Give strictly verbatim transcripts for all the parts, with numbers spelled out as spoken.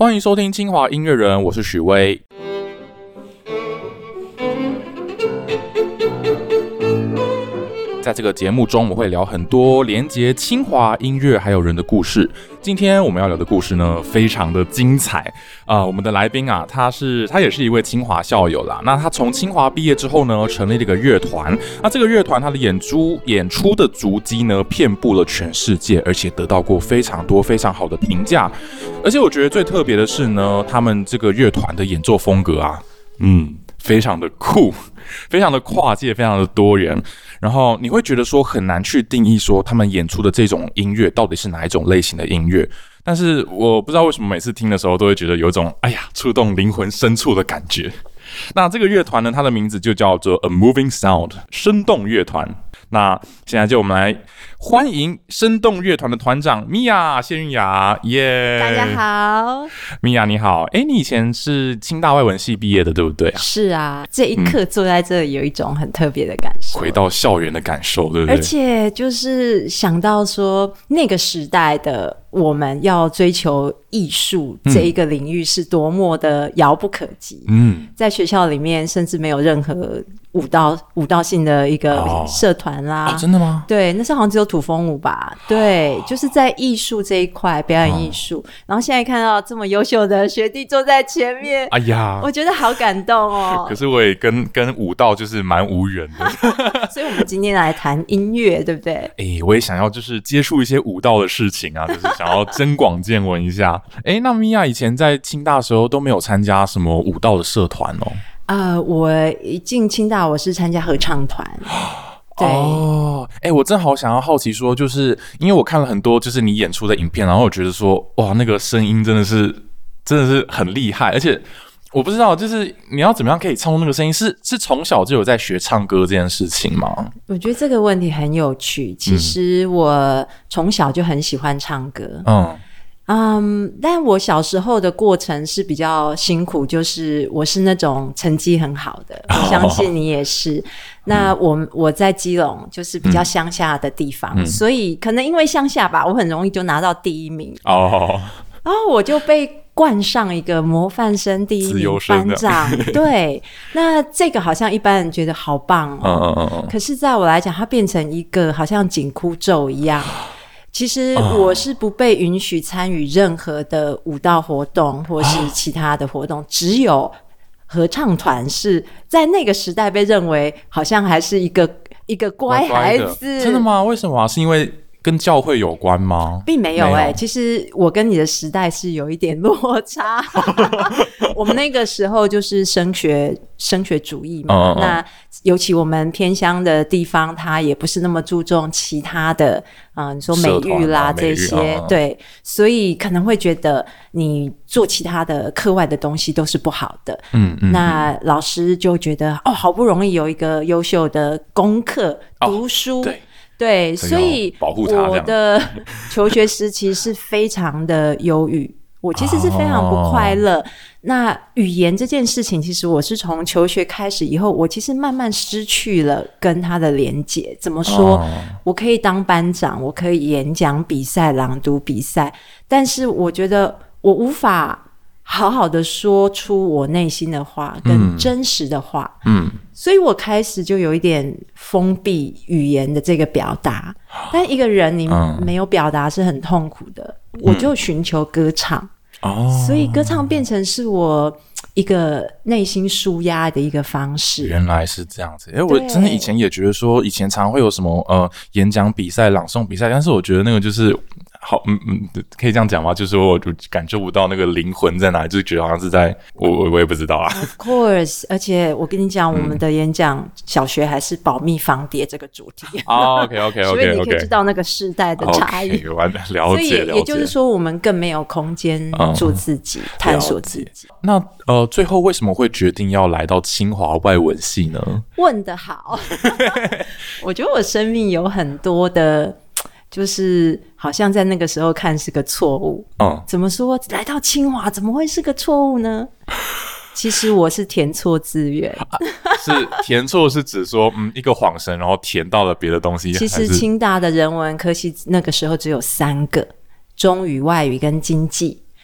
欢迎收听清华音乐人，我是许巍。在这个节目中，我们会聊很多连结清华音乐还有人的故事。今天我们要聊的故事呢，非常的精彩啊、呃！我们的来宾啊，他是他也是一位清华校友啦。那他从清华毕业之后呢，成立了一个乐团。那这个乐团他的演出演出的足迹呢，遍布了全世界，而且得到过非常多非常好的评价。而且我觉得最特别的是呢，他们这个乐团的演奏风格啊，嗯，非常的酷，非常的跨界，非常的多元。然后你会觉得说很难去定义说他们演出的这种音乐到底是哪一种类型的音乐，但是我不知道为什么每次听的时候都会觉得有一种哎呀触动灵魂深处的感觉。那这个乐团呢，它的名字就叫做 A Moving Sound 生动乐团。那现在就我们来欢迎生动乐团的团长米娅谢韵雅，耶、 yeah ！大家好， 米娅你好。哎，你以前是清大外文系毕业的，对不对啊？ 是啊，这一刻坐在这里有一种很特别的感受、 嗯，回到校园的感受，对不对？ 而且就是想到说那个时代的我们要追求艺术这一个领域是多么的遥不可及。嗯，在学校里面甚至没有任何舞蹈舞蹈性的一个社团啦、 哦哦。真的吗？ 对，那时候好像只有土风舞吧。对，就是在艺术这一块，表演艺术、哦。然后现在看到这么优秀的学弟坐在前面，哎呀，我觉得好感动哦。 可是我也跟跟舞蹈就是蛮无缘的。 所以我们今天来谈音乐，对不对？ 哎，我也想要就是接触一些舞蹈的事情啊，就是想要增广见闻一下。哎，那米娅以前在清大的时候都没有参加什么舞蹈的社团哦？ 呃，我一进清大我是参加合唱团。对哦，哎、欸，我正好想要好奇说，就是因为我看了很多就是你演出的影片，然后我觉得说，哇，那个声音真的是真的是很厉害，而且我不知道，就是你要怎么样可以唱出那个声音，是是从小就有在学唱歌这件事情吗？ 我觉得这个问题很有趣。其实我从小就很喜欢唱歌，嗯。嗯，但我小时候的过程是比较辛苦，就是我是那种成绩很好的，我相信你也是。哦、那我、嗯、我在基隆，就是比较乡下的地方、嗯，所以可能因为乡下吧，我很容易就拿到第一名。哦，然后我就被冠上一个模范生第一名班长。对，那这个好像一般人觉得好棒哦，嗯嗯嗯，可是在我来讲，它变成一个好像紧箍咒一样。其实我是不被允许参与任何的舞蹈活动或是其他的活动、哦、只有合唱团是在那个时代被认为好像还是一个一个乖孩子。乖乖的。 真的吗？为什么、啊、是因为跟教会有关吗？ 并没有哎、欸，其实我跟你的时代是有一点落差。我们那个时候就是升学升学主义嘛，嗯嗯嗯，那尤其我们偏乡的地方，它也不是那么注重其他的，嗯、呃，你说美育啦、啊、这些、嗯嗯，对，所以可能会觉得你做其他的课外的东西都是不好的。嗯嗯，那老师就觉得哦，好不容易有一个优秀的功课、哦、读书。对。对，所以我的求学时期是非常的忧郁，我其实是非常不快乐。哦、那语言这件事情，其实我是从求学开始以后，我其实慢慢失去了跟它的连结。怎么说？哦、我可以当班长，我可以演讲比赛、朗读比赛，但是我觉得我无法好好的说出我内心的话跟真实的话。嗯。嗯，所以我开始就有一点封闭语言的这个表达，但一个人你没有表达是很痛苦的。嗯、我就寻求歌唱、哦、所以歌唱变成是我一个内心抒压的一个方式。 原来是这样子。欸、我真的以前也觉得说以前常会有什么呃演讲比赛、朗诵比赛，但是我觉得那个就是好，嗯嗯，可以这样讲吗？就是我就感受不到那个灵魂在哪里，就是觉得好像是在我我我也不知道啊。 Of course， 而且我跟你讲，我们的演讲小学还是保密防谍这个主题。 哦、oh, ，OK OK OK， 所以你可以知道那个世代的差异。 Okay, 了解了解。 所以也就是说，我们更没有空间做自己、嗯、探索自己。 那呃，最后为什么会决定要来到清华外文系呢？ 问得好，我觉得我生命有很多的。就是好像在那个时候看是个错误，嗯，怎么说来到清华怎么会是个错误呢？其实我是填错志愿、啊、 是填错是指说嗯一个晃神然后填到了别的东西。 其实清大的人文科系那个时候只有三个，中语、外语跟经济。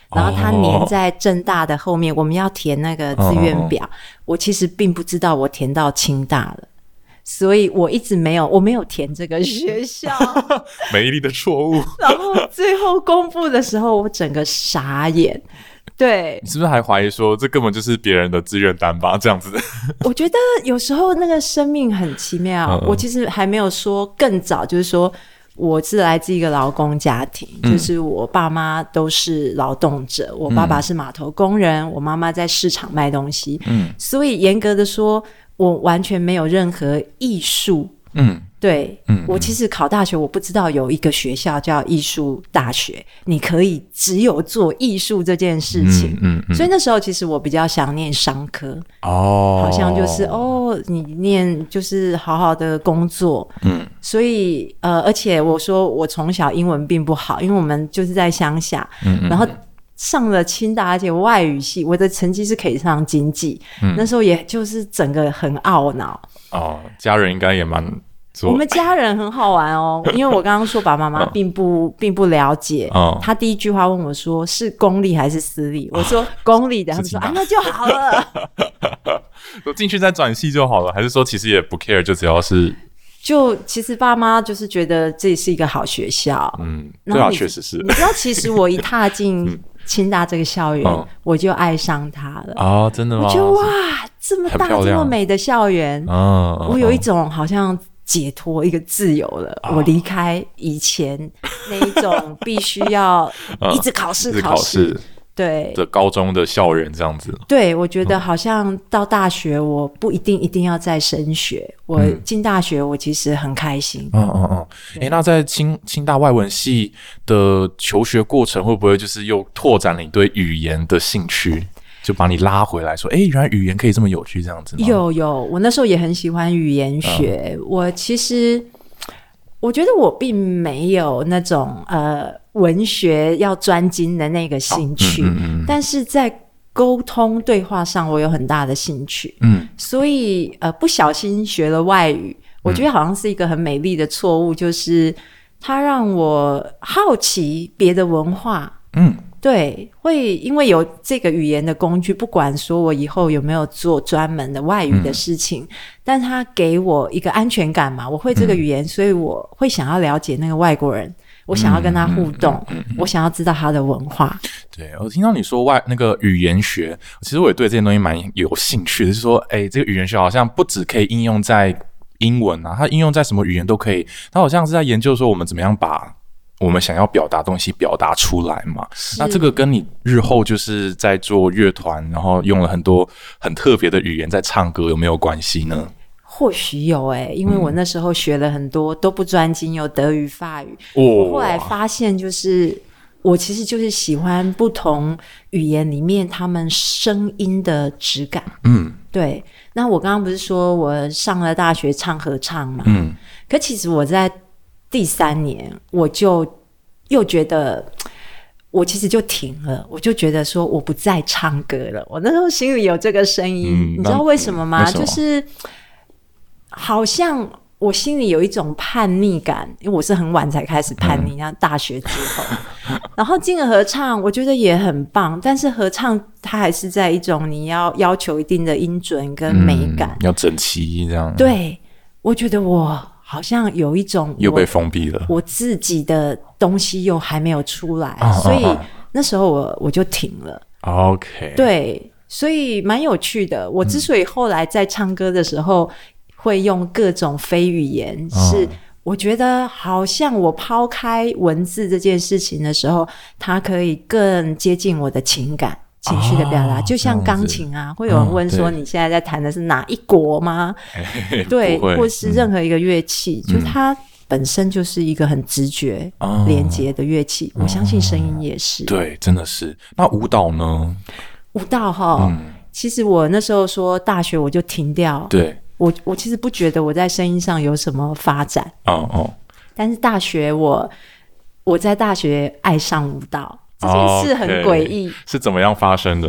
然后它粘在政大的后面，我们要填那个志愿表，我其实并不知道我填到清大了。所以我一直没有，我没有填这个学校， 美丽的错误。 然后最后公布的时候，我整个傻眼。对， 你是不是还怀疑说这根本就是别人的志愿单吧？这样子， 我觉得有时候那个生命很奇妙。嗯、我其实还没有说更早，就是说我是来自一个劳工家庭，嗯、就是我爸妈都是劳动者，我爸爸是码头工人，嗯、我妈妈在市场卖东西，嗯，所以严格的说，我完全没有任何艺术，嗯。对、嗯、我其实考大学我不知道有一个学校叫艺术大学，你可以只有做艺术这件事情、嗯嗯嗯、所以那时候其实我比较想念商科哦，好像就是哦你念就是好好的工作，嗯，所以呃而且我说我从小英文并不好，因为我们就是在乡下，嗯嗯，然后上了清大，而且外语系，我的成绩是可以上经济、嗯、那时候也就是整个很懊恼哦，家人应该也蛮， 我们家人很好玩哦，因为我刚刚说爸爸妈妈并不并不了解、哦、他第一句话问我说是公立还是私立，我说公立的，他们说啊那就好了， 我进去再转系就好了，还是说其实也不 care， 就只要是就其实爸妈就是觉得这是一个好学校， 嗯，对啊，确实是。 你知道其实我一踏进清大这个校园、嗯、我就爱上它了哦，真的吗？ 我觉得哇这么大这么美的校园、哦、我有一种好像解脱一个自由了、哦、我离开以前那一种必须要一直考试、嗯、考试对的高中的校园这样子。 对，我觉得好像到大学我不一定一定要再升学，我进大学我其实很开心。 嗯嗯嗯。哎，那在清清大外文系的求学过程，会不会就是又拓展了你对语言的兴趣？就把你拉回来说，哎，原来语言可以这么有趣这样子吗？ 有有，我那时候也很喜欢语言学。嗯、我其实我觉得我并没有那种呃文学要专精的那个兴趣，哦嗯嗯嗯、但是在沟通对话上我有很大的兴趣。嗯，所以呃不小心学了外语，我觉得好像是一个很美丽的错误，就是它让我好奇别的文化。嗯。对，会因为有这个语言的工具，不管说我以后有没有做专门的外语的事情、嗯、但它给我一个安全感嘛，我会这个语言、嗯、所以我会想要了解那个外国人，我想要跟他互动、嗯嗯嗯嗯、我想要知道他的文化。 对，我听到你说外那个语言学，其实我也对这些东西蛮有兴趣的，就是说哎，这个语言学好像不只可以应用在英文啊，它应用在什么语言都可以，它好像是在研究说我们怎么样把我们想要表达东西表达出来嘛。那这个跟你日后就是在做乐团，然后用了很多很特别的语言在唱歌有没有关系呢？ 或许有诶、欸，因为我那时候学了很多、嗯、都不专精，有德语法语、哦、我后来发现就是我其实就是喜欢不同语言里面他们声音的质感。嗯，对。那我刚刚不是说我上了大学唱合唱嘛，嗯，可其实我在第三年我就又觉得我其实就停了，我就觉得说我不再唱歌了，我那时候心里有这个声音、嗯、你知道为什么吗？就是好像我心里有一种叛逆感，因为我是很晚才开始叛逆，像、嗯、大学之后然后进了合唱我觉得也很棒，但是合唱它还是在一种你要要求一定的音准跟美感、 嗯、要整齐这样。 对，我觉得我好像有一种又被封闭了， 我自己的东西又还没有出来、哦、所以那时候我我就停了。 OK， 对，所以蛮有趣的。我之所以后来在唱歌的时候会用各种非语言、嗯、是我觉得好像我抛开文字这件事情的时候，它可以更接近我的情感情绪的表达、哦、就像钢琴啊，会有人问说、嗯、你现在在弹的是哪一国吗？对，或是任何一个乐器、嗯、就它本身就是一个很直觉连接的乐器、嗯、我相信声音也是、 嗯、对，真的是。那舞蹈呢？ 舞蹈齁、嗯、其实我那时候说大学我就停掉， 对， 我我其实不觉得我在声音上有什么发展，哦哦，但是大学我我在大学爱上舞蹈这件事很诡异、 okay, 是怎么样发生的？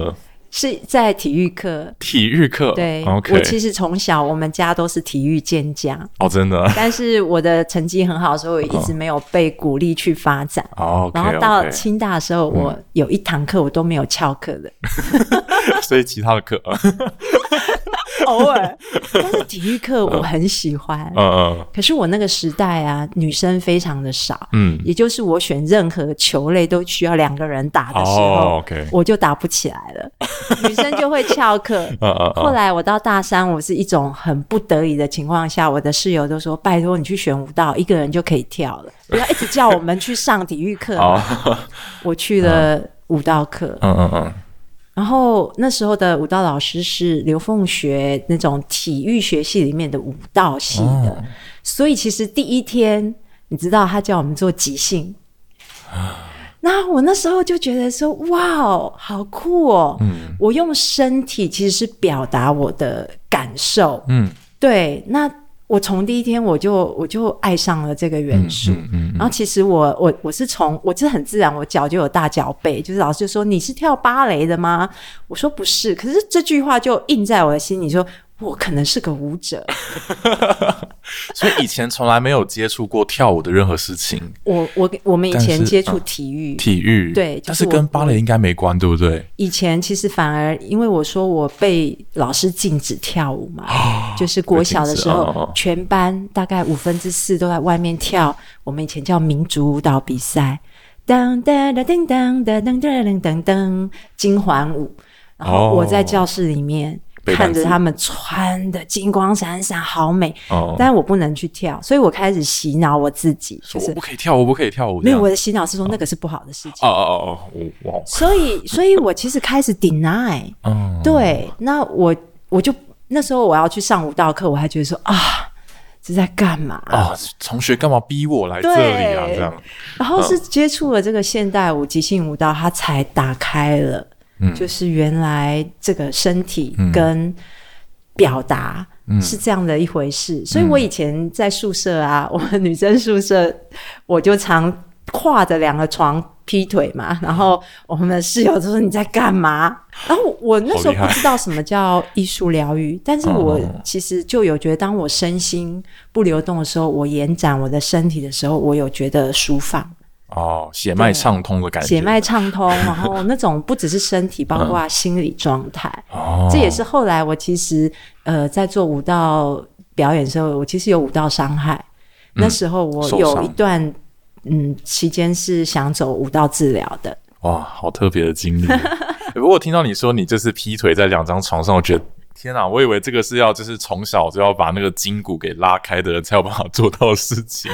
是在体育课。 体育课， 对， okay. 我其实从小我们家都是体育健将哦，真的。 但是我的成绩很好的时候，我一直没有被鼓励去发展。 哦， 然后到清大的时候，我有一堂课我都没有翘课的， 所以其他的课偶尔，但是体育课我很喜欢。嗯嗯。可是我那个时代啊，女生非常的少，嗯，也就是我选任何球类都需要两个人打的时候，哦 okay. 我就打不起来了，女生就会翘课。嗯嗯。后来我到大三，我是一种很不得已的情况下，我的室友都说：“拜托你去选舞蹈，一个人就可以跳了，不要一直叫我们去上体育课。哦”我去了舞蹈课。嗯嗯嗯。然后那时候的舞蹈老师是刘凤学那种体育学系里面的舞蹈系的，哦、所以其实第一天你知道他叫我们做即兴，那我那时候就觉得说哇哦好酷哦、嗯，我用身体其实是表达我的感受，嗯，对，那我从第一天我就我就爱上了这个元素，嗯嗯嗯嗯、然后其实我我我是从我真的很自然，我脚就有大脚背，就是老师就说你是跳芭蕾的吗？我说不是，可是这句话就印在我的心里说。我可能是个舞者所以以前从来没有接触过跳舞的任何事情。我我我们以前接触体育、嗯、 体育对、就是、但是跟芭蕾应该没关对不对？ 以前其实反而因为我说我被老师禁止跳舞嘛、哦、就是国小的时候、哦、全班大概五分之四都在外面跳我们以前叫民族舞蹈比赛，当当当当当当当当当当金环舞，然后我在教室里面、哦看着他们穿的金光闪闪好美、哦、但是我不能去跳，所以我开始洗脑我自己，就是我不可以跳我不可以跳舞， 没有，我的洗脑是说那个是不好的事情。 哦哦哦哦，哇！ 所以所以我其实开始 deny、哦、对，那我我就那时候我要去上舞蹈课，我还觉得说啊这在干嘛啊？同学干嘛逼我来这里啊？这样， 然后是接触了这个现代舞、即兴舞蹈，它才打开了。嗯、就是原来这个身体跟表达是这样的一回事、嗯、所以我以前在宿舍啊，我们女生宿舍我就常跨着两个床劈腿嘛，然后我们的室友就说你在干嘛，然后我那时候不知道什么叫艺术疗愈，但是我其实就有觉得当我身心不流动的时候，我延展我的身体的时候，我有觉得舒放哦，血脉畅通的感觉， 血脉畅通，然后那种不只是身体，包括心理状态、嗯。这也是后来我其实呃在做舞蹈表演的时候，我其实有舞蹈伤害、嗯。那时候我有一段嗯期间是想走舞蹈治疗的。 哇，好特别的经历！不过我听到你说你就是劈腿在两张床上，我觉得。天啊，我以为这个是要就是从小就要把那个筋骨给拉开的人才有办法做到的事情。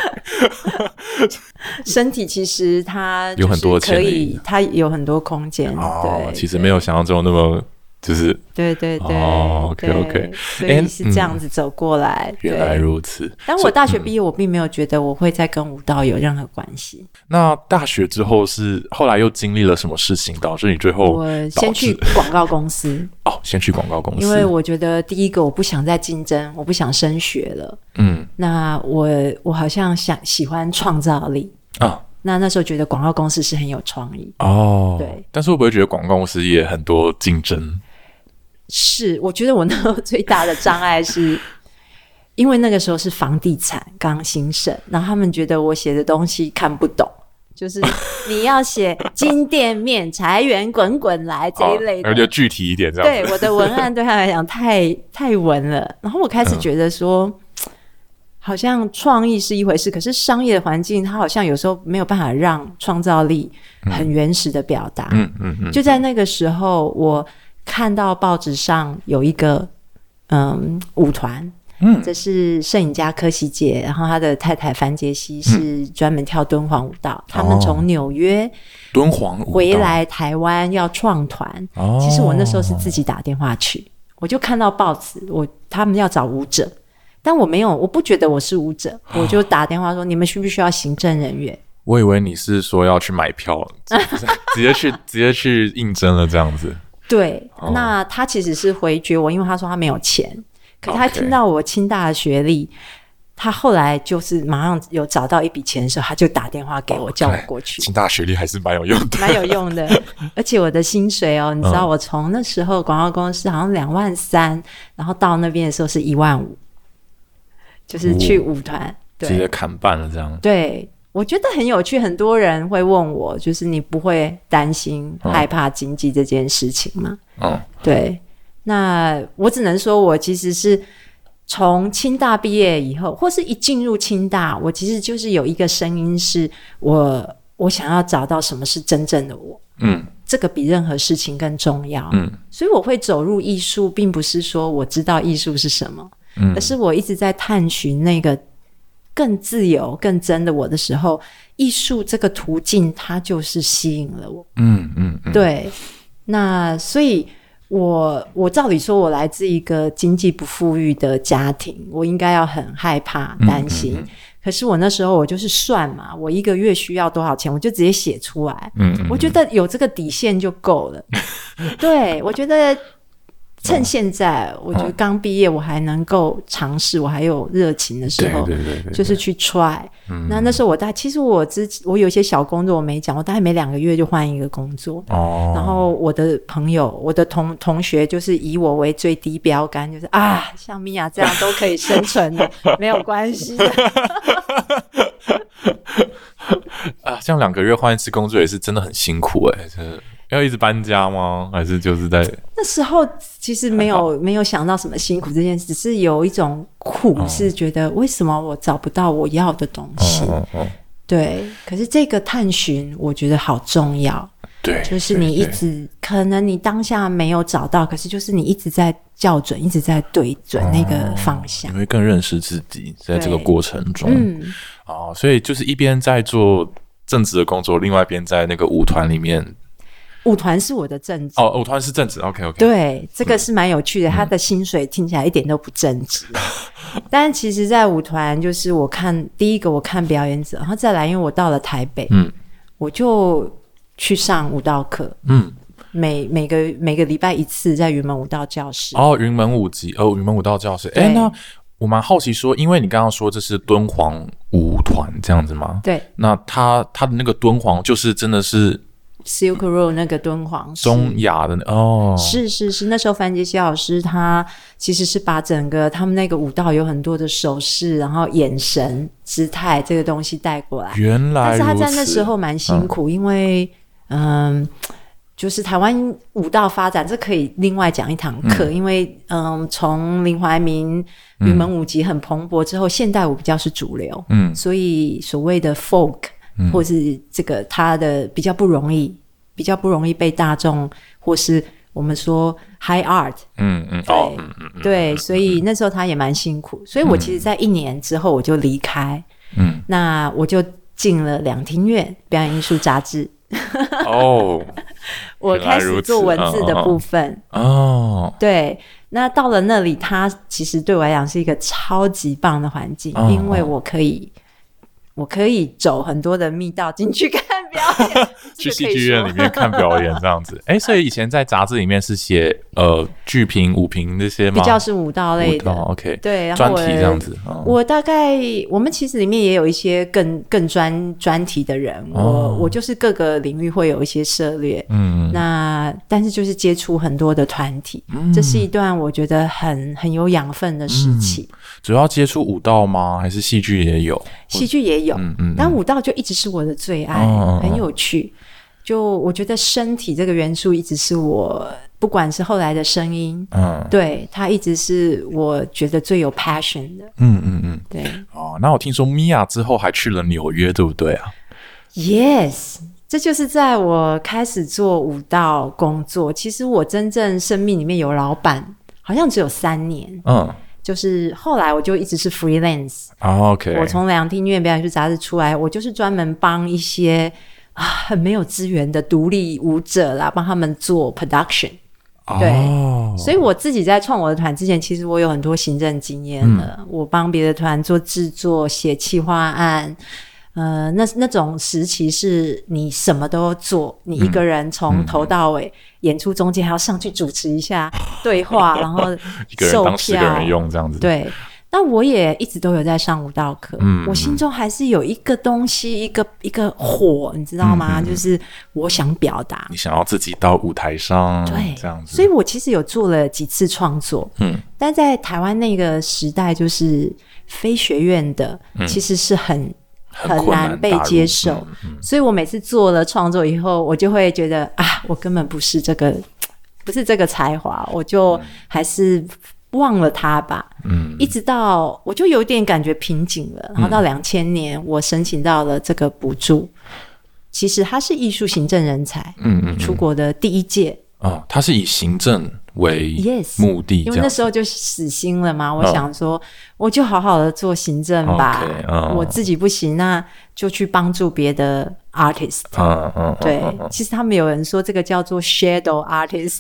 身体其实它有很多可以，它有很多空间。哦，对， 其实没有想象中那么就是对对对。 哦 ，OK OK， 所以是这样子走过来。 嗯、原来如此。 但我大学毕业，我并没有觉得我会再跟舞蹈有任何关系。 那大学之后是后来又经历了什么事情导致你最后？ 我先去广告公司。 哦，先去广告公司， 因为我觉得第一个我不想再竞争，我不想升学了。嗯，那我我好像想喜欢创造力啊。那那时候觉得广告公司是很有创意哦。对，但是会不会觉得广告公司也很多竞争？ 是，我觉得我那时候最大的障碍是。因为那个时候是房地产刚兴盛，然后他们觉得我写的东西看不懂，就是你要写金店面财源滚滚来这一类的， 而且具体一点这样。 对，我的文案对他来讲太太文了，然后我开始觉得说、嗯、好像创意是一回事，可是商业的环境它好像有时候没有办法让创造力很原始的表达。嗯嗯嗯。就在那个时候，我看到报纸上有一个嗯舞团。嗯，这是摄影家柯希杰，然后他的太太樊杰西是专门跳敦煌舞蹈、嗯、他们从纽约敦煌回来台湾要创团、哦、其实我那时候是自己打电话去，我就看到报纸，我他们要找舞者，但我没有，我不觉得我是舞者，我就打电话说你们需不需要行政人员。 我以为你是说要去买票直接去直接去应征了这样子。 对、哦、那他其实是回绝我，因为他说他没有钱，可是他听到我清大的学历， 他后来就是马上有找到一笔钱的时候，他就打电话给我，哦、叫我过去。 清大学历还是蛮有用的， 蛮有用的。而且我的薪水哦，你知道我从那时候广告公司好像两万三，然后到那边的时候是一万五，就是去舞团、哦、 直接砍半了这样。 对，我觉得很有趣，很多人会问我，就是你不会担心、嗯、害怕经济这件事情吗？嗯，对。那我只能说我其实是。从清大毕业以后，或是一进入清大，我其实就是有一个声音是我我想要找到什么是真正的我，嗯，这个比任何事情更重要，嗯，所以我会走入艺术，并不是说我知道艺术是什么，嗯，而是我一直在探寻那个更自由、更真的我的时候，艺术这个途径它就是吸引了我，嗯嗯嗯，对，那所以。我我照理说我来自一个经济不富裕的家庭，我应该要很害怕担心、嗯嗯嗯、可是我那时候我就是算嘛，我一个月需要多少钱我就直接写出来，嗯嗯嗯，我觉得有这个底线就够了对，我觉得趁现在、哦、我觉得刚毕业我还能够尝试，我还有热情的时候，对对对对对，就是去 try、嗯、那那时候我大其实我之我有一些小工作我没讲，我大概每两个月就换一个工作、哦、然后我的朋友我的同同学就是以我为最低标杆，就是啊像米娅这样都可以生存的没有关系的啊，这样两个月换一次工作也是真的很辛苦哎、欸，要一直搬家吗？还是就是在那时候其实没有没有想到什么辛苦这件事，只是有一种苦，是觉得为什么我找不到我要的东西、哦哦哦、对，可是这个探寻我觉得好重要，对，就是你一直可能你当下没有找到，可是就是你一直在校准，一直在对准那个方向、哦、 你会更认识自己在这个过程中，嗯、哦，所以就是一边在做正职的工作，另外一边在那个舞团里面。 舞团是我的正职哦，舞团是正职 ，OK OK。 对，这个是蛮有趣的，嗯、他的薪水听起来一点都不正职，但其实，在舞团就是我看第一个我看表演者，然后再来，因为我到了台北，嗯，我就去上舞蹈课，嗯，每每个每个礼拜一次在云门舞蹈教室。 哦，云门舞集，哦，云门舞蹈教室。哎，那我蛮好奇说，因为你刚刚说这是敦煌舞团这样子吗？ 对。 那他他的那个敦煌就是真的是。 Silk Road 那个敦煌中亚的哦， 是是是，那时候樊杰希老师他其实是把整个他们那个舞蹈有很多的手势，然后眼神姿态这个东西带过来。 原来如此， 但是他在那时候蛮辛苦，嗯、因为嗯，就是台湾舞蹈发展，这可以另外讲一堂课，嗯、因为嗯，从林怀民云门舞集很蓬勃之后，嗯、现代舞比较是主流，嗯，所以所谓的 folk。或是这个他的比较不容易比较不容易被大众或是我们说 high art 嗯嗯对、哦嗯嗯、对，所以那时候他也蛮辛苦，所以我其实在一年之后我就离开，嗯，那我就进了两厅院表演艺术杂志哦我开始做文字的部分哦，对，那到了那里它其实对我来讲是一个超级棒的环境、哦、因为我可以我可以走很多的密道进去看表演去戏剧院里面看表演这样子哎，所以以前在杂志里面是写呃剧评舞评这些吗？ 比较是舞蹈类的 OK 对，然后专题这样子、哦、 我大概我们其实里面也有一些更更专专题的人，我、哦、我就是各个领域会有一些涉猎，嗯，那但是就是接触很多的团体、嗯、这是一段我觉得很很有养分的时期、嗯、 主要接触舞蹈吗？还是戏剧也有？ 戏剧也有、嗯嗯、但舞蹈就一直是我的最爱、哦、很有趣，就我觉得身体这个元素一直是我不管是后来的声音、嗯、对它一直是我觉得最有 passion 的，嗯嗯嗯，对哦。那我听说米娅之后还去了纽约对不对啊？ Yes， 这就是在我开始做舞蹈工作，其实我真正生命里面有老板好像只有三年，嗯，就是后来我就一直是 freelance、oh, OK， 我从两厅院表演艺术杂志出来，我就是专门帮一些啊很没有资源的独立舞者啦，帮他们做 production、oh. 对，所以我自己在创我的团之前，其实我有很多行政经验了、嗯、我帮别的团做制作写企划案，呃，那那种时期是你什么都做，你一个人从头到尾、嗯、演出中间还要上去主持一下对话然后一个人当四个人用这样子， 对。 那我也一直都有在上舞蹈课， 嗯， 我心中还是有一个东西，一个一个火，你知道吗？嗯、就是我想表达， 你想要自己到舞台上， 对， 这样子。 所以我其实有做了几次创作，嗯，但在台湾那个时代，就是非学院的，嗯、其实是很很难被接受，嗯嗯、所以我每次做了创作以后，我就会觉得啊，我根本不是这个，不是这个才华，我就还是忘了它吧。嗯，一直到我就有点感觉瓶颈了，然后到两千年，我申请到了这个补助。其实他是艺术行政人才，嗯嗯，出国的第一届。 哦，他是以行政为目的， yes, 因为那时候就死心了嘛。我想说，我就好好的做行政吧， okay, 哦、我自己不行，那就去帮助别的 artist。嗯嗯，对，嗯、其实他们有人说这个叫做 shadow artist，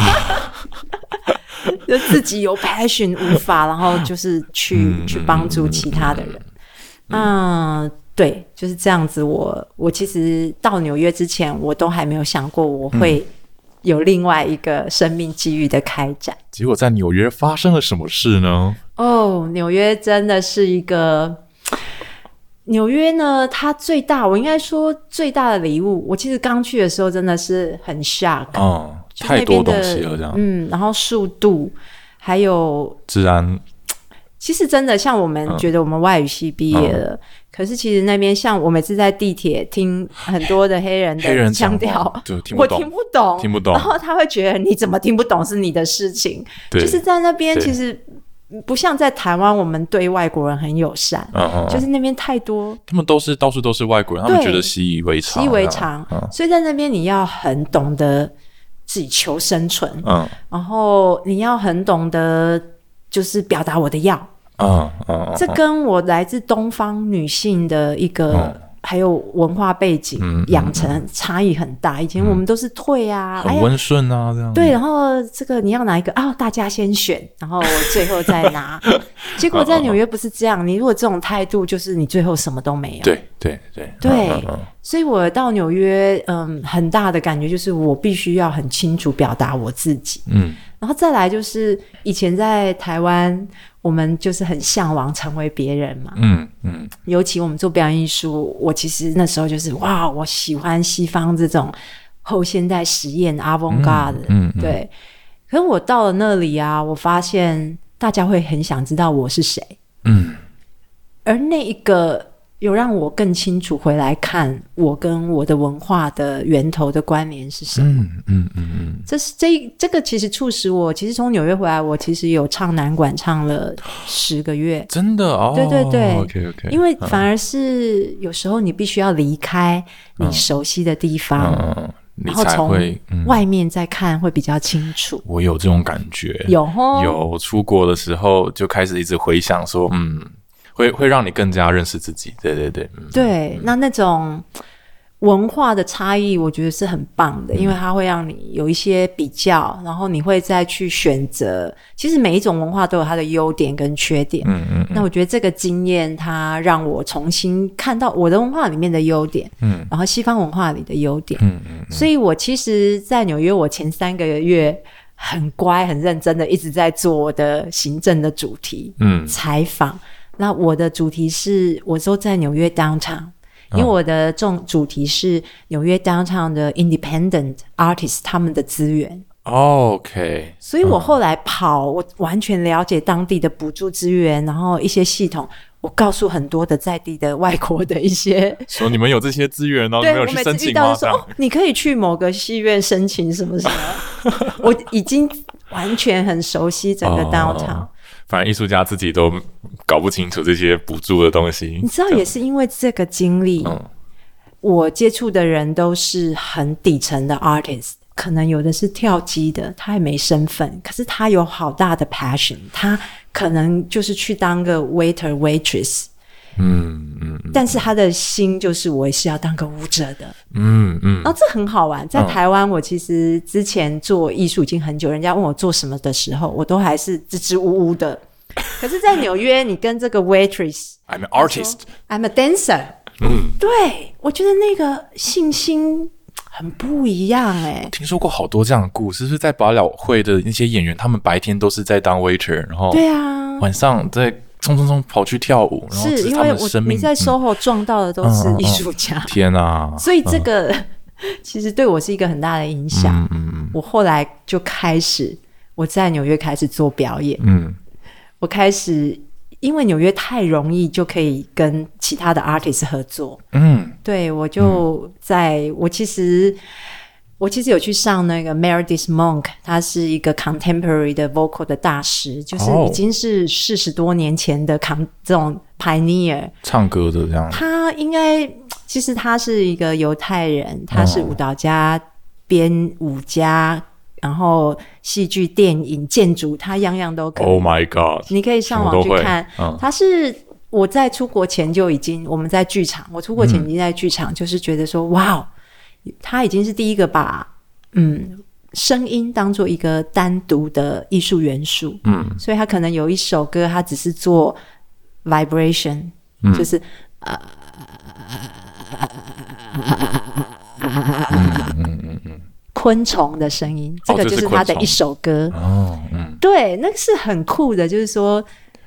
就自己有 passion 无法，然后就是去、嗯、去帮助其他的人。嗯。嗯对，就是这样子。我我其实到纽约之前，我都还没有想过我会有另外一个生命机遇的开展。嗯、 结果在纽约发生了什么事呢？ 哦，纽约真的是一个，纽约呢，它最大，我应该说最大的礼物。我其实刚去的时候真的是很 shock，哦， 太多东西了，这样， 嗯，然后速度还有治安。 其实真的像我们觉得我们外语系毕业了、嗯嗯、可是其实那边像我每次在地铁听很多的黑人的腔调我听不懂听不懂， 然后他会觉得你怎么听不懂是你的事情，就是在那边其实不像在台湾我们对外国人很友善、嗯嗯、就是那边太多他们都是到处都是外国人，他们觉得习以为常习以为常、嗯、所以在那边你要很懂得自己求生存、嗯、然后你要很懂得就是表达我的要嗯嗯，这跟我来自东方女性的一个、嗯、还有文化背景、嗯、养成差异很大。以前我们都是退啊， 很温顺啊、哎、这样。 对，然后这个你要拿一个啊、哦，大家先选，然后我最后再拿。结果在纽约不是这样，你如果这种态度，就是你最后什么都没有。 对对对对、嗯嗯，所以我到纽约，嗯，很大的感觉就是我必须要很清楚表达我自己。嗯，然后再来就是以前在台湾。我们就是很向往成为别人嘛，嗯嗯，尤其我们做表演艺术，我其实那时候就是哇，我喜欢西方这种后现代实验 avant-garde， 嗯, 嗯, 嗯对。可是我到了那里啊，我发现大家会很想知道我是谁，嗯，而那一个有让我更清楚回来看我跟我的文化的源头的关联是什么。嗯嗯嗯嗯，这是这这个其实促使我，其实从纽约回来，我其实有唱南管唱了十个月。 真的哦， 对对对 ，OK OK， 因为反而是有时候你必须要离开你熟悉的地方，嗯嗯、然后从外面再看会比较清楚。 我有这种感觉， 有齁， 有出国的时候就开始一直回想说，嗯。会会让你更加认识自己，对对对，嗯、 对，那那种文化的差异，我觉得是很棒的，嗯、因为它会让你有一些比较，然后你会再去选择。其实每一种文化都有它的优点跟缺点，嗯嗯嗯。那我觉得这个经验，它让我重新看到我的文化里面的优点，嗯，然后西方文化里的优点，嗯嗯嗯。所以我其实，在纽约，我前三个月很乖、很认真的一直在做我的行政的主题，嗯，采访。那我的主题是我都在纽约 downtown， 因为我的重主题是纽约 downtown 的 independent artist 他们的资源。 OK， 所以我后来跑，我完全了解当地的补助资源，然后一些系统，我告诉很多的在地的外国的一些， 说你们有这些资源哦，你们有去申请吗？ 对，我每次遇到就说、哦、你可以去某个戏院申请什么什么，我已经完全很熟悉整个 downtown。哦， 反正艺术家自己都搞不清楚这些补助的东西。 你知道，也是因为这个经历、嗯、我接触的人都是很底层的 artist， 可能有的是跳机的，他也没身份，可是他有好大的 passion， 他可能就是去当个 waiter waitress， 嗯嗯，但是他的心就是我也是要当个舞者的，嗯嗯，然后这很好玩。在台湾，我其实之前做艺术已经很久，人家问我做什么的时候，我都还是支支吾吾的。可是在纽约，你跟这个 waitress I'm an artist I'm a dancer， 嗯，对，我觉得那个信心很不一样耶、欸、 听说过好多这样的故事，是在百老汇的那些演员，他们白天都是在当 waiter， 然后对啊，晚上在冲冲冲跑去跳舞，然后是因为我你在 S O H O 撞到的都是艺术家，嗯嗯嗯、 天啊！ 所以这个、嗯、其实对我是一个很大的影响。嗯嗯，我后来就开始我在纽约开始做表演，嗯，我开始因为纽约太容易就可以跟其他的 artist 合作，嗯，对，我就在、嗯、我其实。我其实有去上那个 Meredith Monk， 他是一个 contemporary 的 vocal 的大师，就是已经是四十多年前的 con 这种 pioneer 唱歌的这样。 他应该其实他是一个犹太人，他是舞蹈家、编舞家，然后戏剧、电影、建筑，他样样都可以。 Oh my god！ 你可以上网去看，嗯、他是我在出国前就已经我们在剧场，我出国前已经在剧场，嗯、就是觉得说哇。他已经是第一个把嗯声音当做一个单独的艺术元素，嗯，所以他可能有一首歌，他只是做 vibration，嗯、就是呃昆虫的声音，这个就是他的一首歌。哦，嗯，对，那个是很酷的，就是说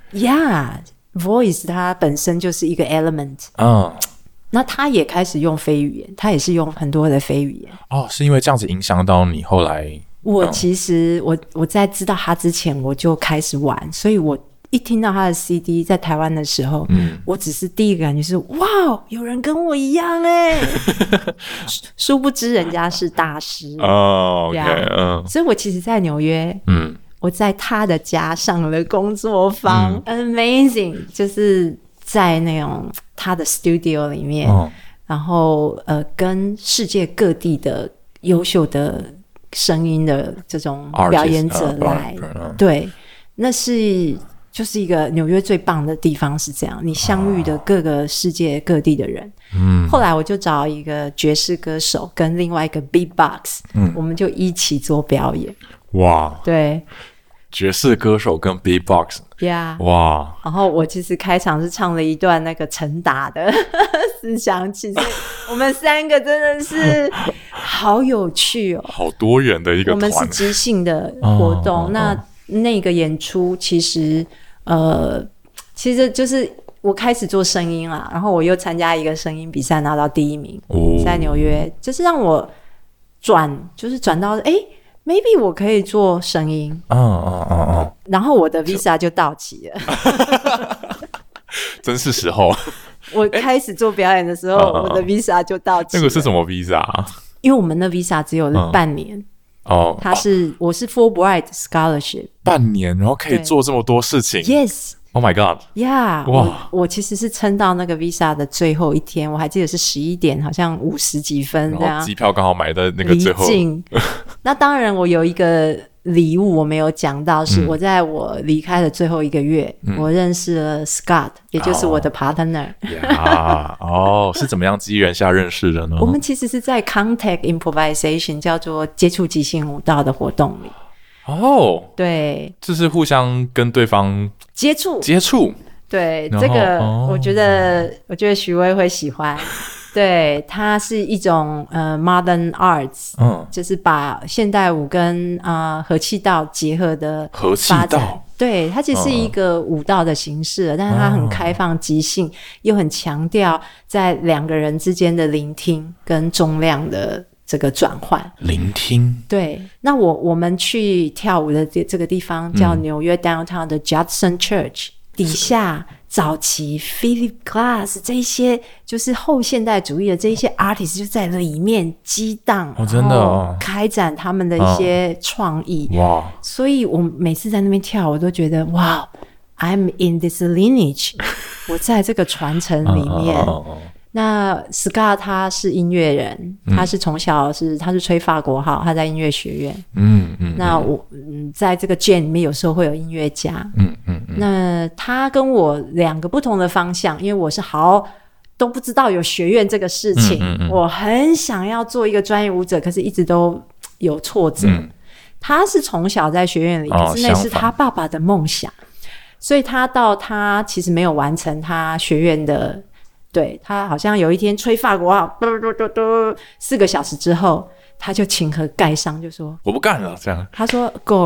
，Yeah，voice 它本身就是一个 element， 哦。那他也开始用非语言，他也是用很多的非语言。 哦，是因为这样子影响到你后来？ 我其实、嗯、我我在知道他之前我就开始玩，所以我一听到他的 C D 在台湾的时候，嗯，我只是第一个感觉是哇，有人跟我一样哎，殊不知人家是大师哦。OK， 嗯，所以我其实，在纽约，嗯，我在他的家上了工作坊、嗯、，amazing， 就是在那种。他的 studio 里面，哦、然后呃，跟世界各地的优秀的声音的这种表演者来， Artist, uh, 对，那是就是一个纽约最棒的地方是这样，你相遇的各个世界各地的人。嗯，后来我就找一个爵士歌手跟另外一个 beatbox，嗯，我们就一起做表演。哇，对。 爵士歌手跟 beatbox，yeah， 哇！ 然后我其实开场是唱了一段那个陈达的思想曲，所以我们三个真的是好有趣哦， 好多元的一个团。 我们是即兴的活动，哦、那、哦、那个演出其实呃，其实就是我开始做声音啦，然后我又参加一个声音比赛拿到第一名，哦、在纽约，就是让我转，就是转到哎。maybe 我可以做声音，哦哦哦哦，然后我的 visa 就到期了， 真是时候。 我开始做表演的时候，欸、我的 visa 就到期了。 那个是什么 visa 啊？ 因为我们的 visa 只有半年，哦，它是、哦、我是 Fulbright Scholarship， 半年，然后可以做这么多事情。 Yes。Oh my god! Yeah， 我我其实是撑到那个 visa 的最后一天，我还记得是十一点，好像五十几分这样。 然后机票刚好买在那个最后。 那当然，我有一个礼物我没有讲到，是我在我离开的最后一个月，嗯、我认识了 Scott， 也就是我的 partner。 呀，哦，是怎么样机缘下认识的呢？ 我们其实是在 Contact Improvisation， 叫做接触即兴舞蹈的活动里。哦，对， 就是互相跟对方接触接触， 对，这个、哦、我觉得我觉得许巍会喜欢。对，它是一种呃 modern arts， 嗯，就是把现代舞跟啊、呃、合气道结合的合气道， 对，它其实是一个舞蹈的形式，嗯、但是它很开放即兴，又很强调在两个人之间的聆听跟重量的这个转换。 聆听， 对。那我我们去跳舞的这个地方叫纽约 downtown 的 Judson Church，、嗯、底下早期 Philip Glass 这一些就是后现代主义的这一些 artist 就在里面激荡， 哦，真的哦， 开展他们的一些创意。哇、哦！所以我每次在那边跳，我都觉得哇 ，I'm in this lineage， 我在这个传承里面。哦哦哦哦，那 Scott 他是音乐人，嗯、他是从小是他是吹法国号，他在音乐学院。嗯嗯。那我嗯在这个 jam 里面有时候会有音乐家。嗯嗯嗯。那他跟我两个不同的方向，因为我是好都不知道有学院这个事情，嗯嗯嗯，我很想要做一个专业舞者，可是一直都有挫折。嗯、他是从小在学院里，可是那是他爸爸的梦想，所以他到他其实没有完成他学院的。对，他好像有一天吹法国号，四个小时之后，他就情何盖上，就说我不干了，这样。 他说够了，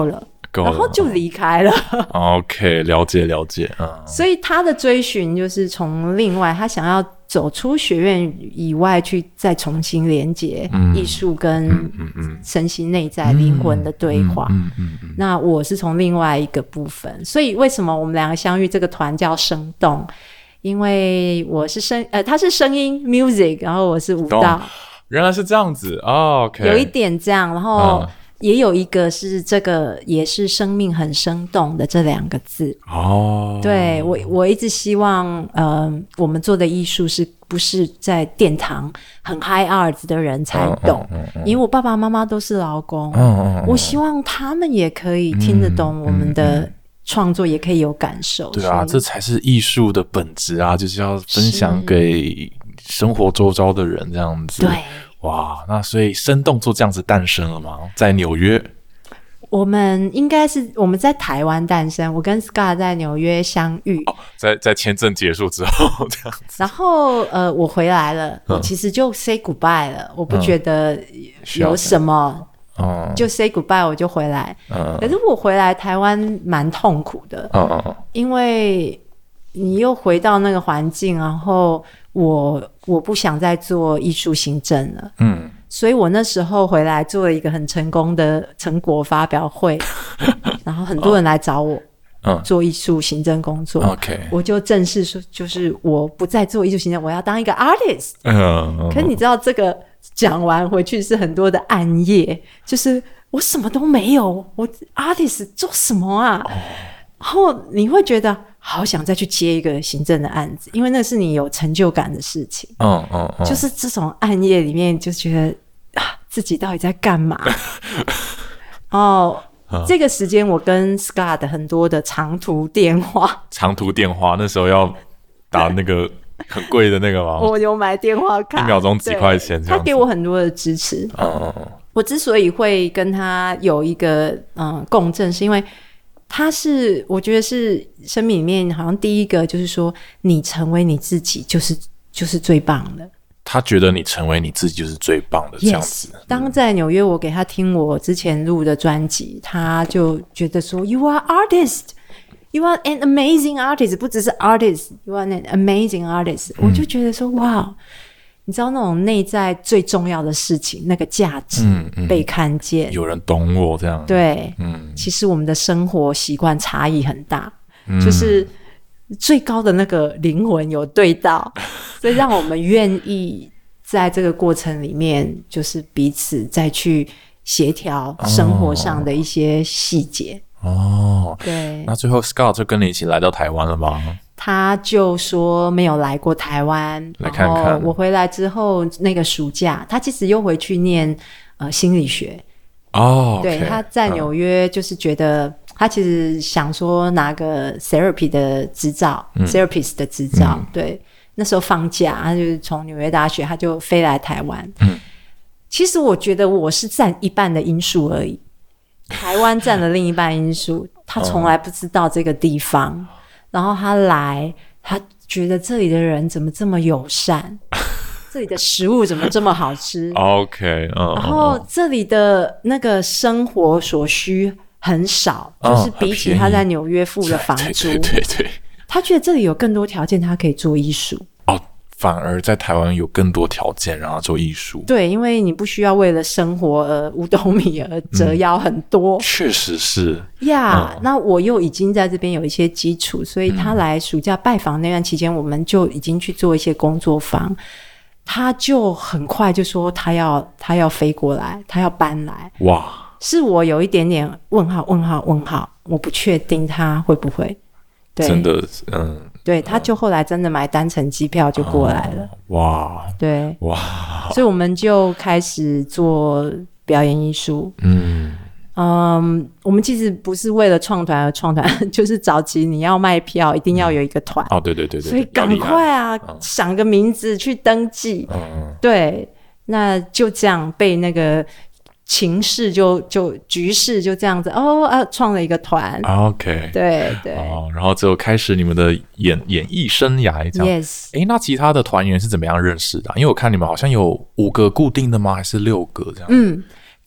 够了， 然后就离开了。 OK， 了解了解，嗯。 所以他的追寻就是从另外，他想要走出学院以外去，再重新连接艺术跟身心内在灵魂的对话。 嗯嗯嗯。 那我是从另外一个部分，所以为什么我们两个相遇？这个团叫生动，因为我是声呃，他是声音 music， 然后我是舞蹈。 原来是这样子哦 ，OK， 有一点这样，然后。嗯也有一个是这个，也是生命很生动的这两个字哦。 对我，我一直希望，呃，我们做的艺术是不是在殿堂很 high art 的人才懂？嗯嗯嗯嗯、因为我爸爸妈妈都是劳工，嗯嗯嗯、我希望他们也可以听得懂我们的创作，也可以有感受。 对啊，这才是艺术的本质啊，就是要分享给生活周遭的人，这样子。 对。 哇，那所以生动做这样子诞生了吗？在纽约， 我们应该是我们在台湾诞生，我跟 Scott 在纽约相遇， 哦、在在签证结束之后这样子。 然后呃，我回来了，嗯、我其实就 say goodbye 了，我不觉得有什么，嗯、就 say goodbye 我就回来。嗯、可是我回来台湾蛮痛苦的，嗯、因为你又回到那个环境，然后。我我不想再做艺术行政了，嗯，所以我那时候回来做了一个很成功的成果发表会，然后很多人来找我，嗯，做艺术行政工作 ，OK， 我就正式说，就是我不再做艺术行政，我要当一个 artist，嗯，可是你知道这个讲完回去是很多的暗夜，就是我什么都没有，我 artist 做什么啊？哦、然后你会觉得。好想再去接一个行政的案子，因为那是你有成就感的事情。嗯嗯嗯，就是这种暗夜里面就觉得啊，自己到底在干嘛？哦，嗯、这个时间我跟 Scott 很多的长途电话， 长途电话那时候要打那个很贵的那个吗？ 我有买电话卡， 一秒钟几块钱这样子。 他给我很多的支持。嗯嗯嗯，我之所以会跟他有一个嗯共振，是因为。他是我觉得是生命里面好像第一个就是说你成为你自己就是就是最棒的， 他觉得你成为你自己就是最棒的这样子。 Yes, 当在纽约我给他听我之前录的专辑，他就觉得说 You are artist, You are an amazing artist， 不只是 artist, You are an amazing artist、嗯、我就觉得说哇，你知道那种内在最重要的事情，那个价值被看见、嗯嗯、 有人懂我这样。 对、嗯、其实我们的生活习惯差异很大、嗯、就是最高的那个灵魂有对到所以让我们愿意在这个过程里面就是彼此再去协调生活上的一些细节。 哦， 对， 那最后 Scott 就跟你一起来到台湾了吗？ 他就说没有来过台湾， 来看看。 然后我回来之后，那个暑假，他其实又回去念呃心理学。 哦， 对， okay, 他在纽约就是觉得、嗯、他其实想说拿个 therapy 的执照、嗯、therapist 的执照、嗯。对，那时候放假，他就是从纽约大学，他就飞来台湾。嗯，其实我觉得我是占一半的因素而已，台湾占了另一半因素，他从来不知道这个地方。嗯，然后他来，他觉得这里的人怎么这么友善这里的食物怎么这么好吃 OK、uh, 然后这里的那个生活所需很少、uh, 就是比起他在纽约付的房租， 对对 对, 对, 对， 他觉得这里有更多条件他可以做艺术。 哦，反而在台湾有更多条件让他做艺术。 对，因为你不需要为了生活而五斗米而折腰很多。 确、嗯、实是呀、yeah, 嗯、那我又已经在这边有一些基础，所以他来暑假拜访那段期间、嗯、我们就已经去做一些工作坊。他就很快就说他要他要飞过来，他要搬来。 哇， 是我有一点点问号问号问号，我不确定他会不会。对， 真的嗯， 对，他就后来真的买单程机票就过来了、哦、 哇， 对哇， 所以我们就开始做表演艺术。嗯嗯，我们其实不是为了创团而创团，就是早期你要卖票一定要有一个团、 嗯、哦，对对对对， 所以赶快啊、嗯、想个名字去登记。嗯，对，那就这样被那个情势就就局势就这样子哦啊，创了一个团。 OK， 对对、 哦、然后就开始你们的演演艺生涯这样。 Yes。 诶，那其他的团员是怎么样认识的、啊、因为我看你们好像有五个固定的吗？还是六个这样？ 嗯，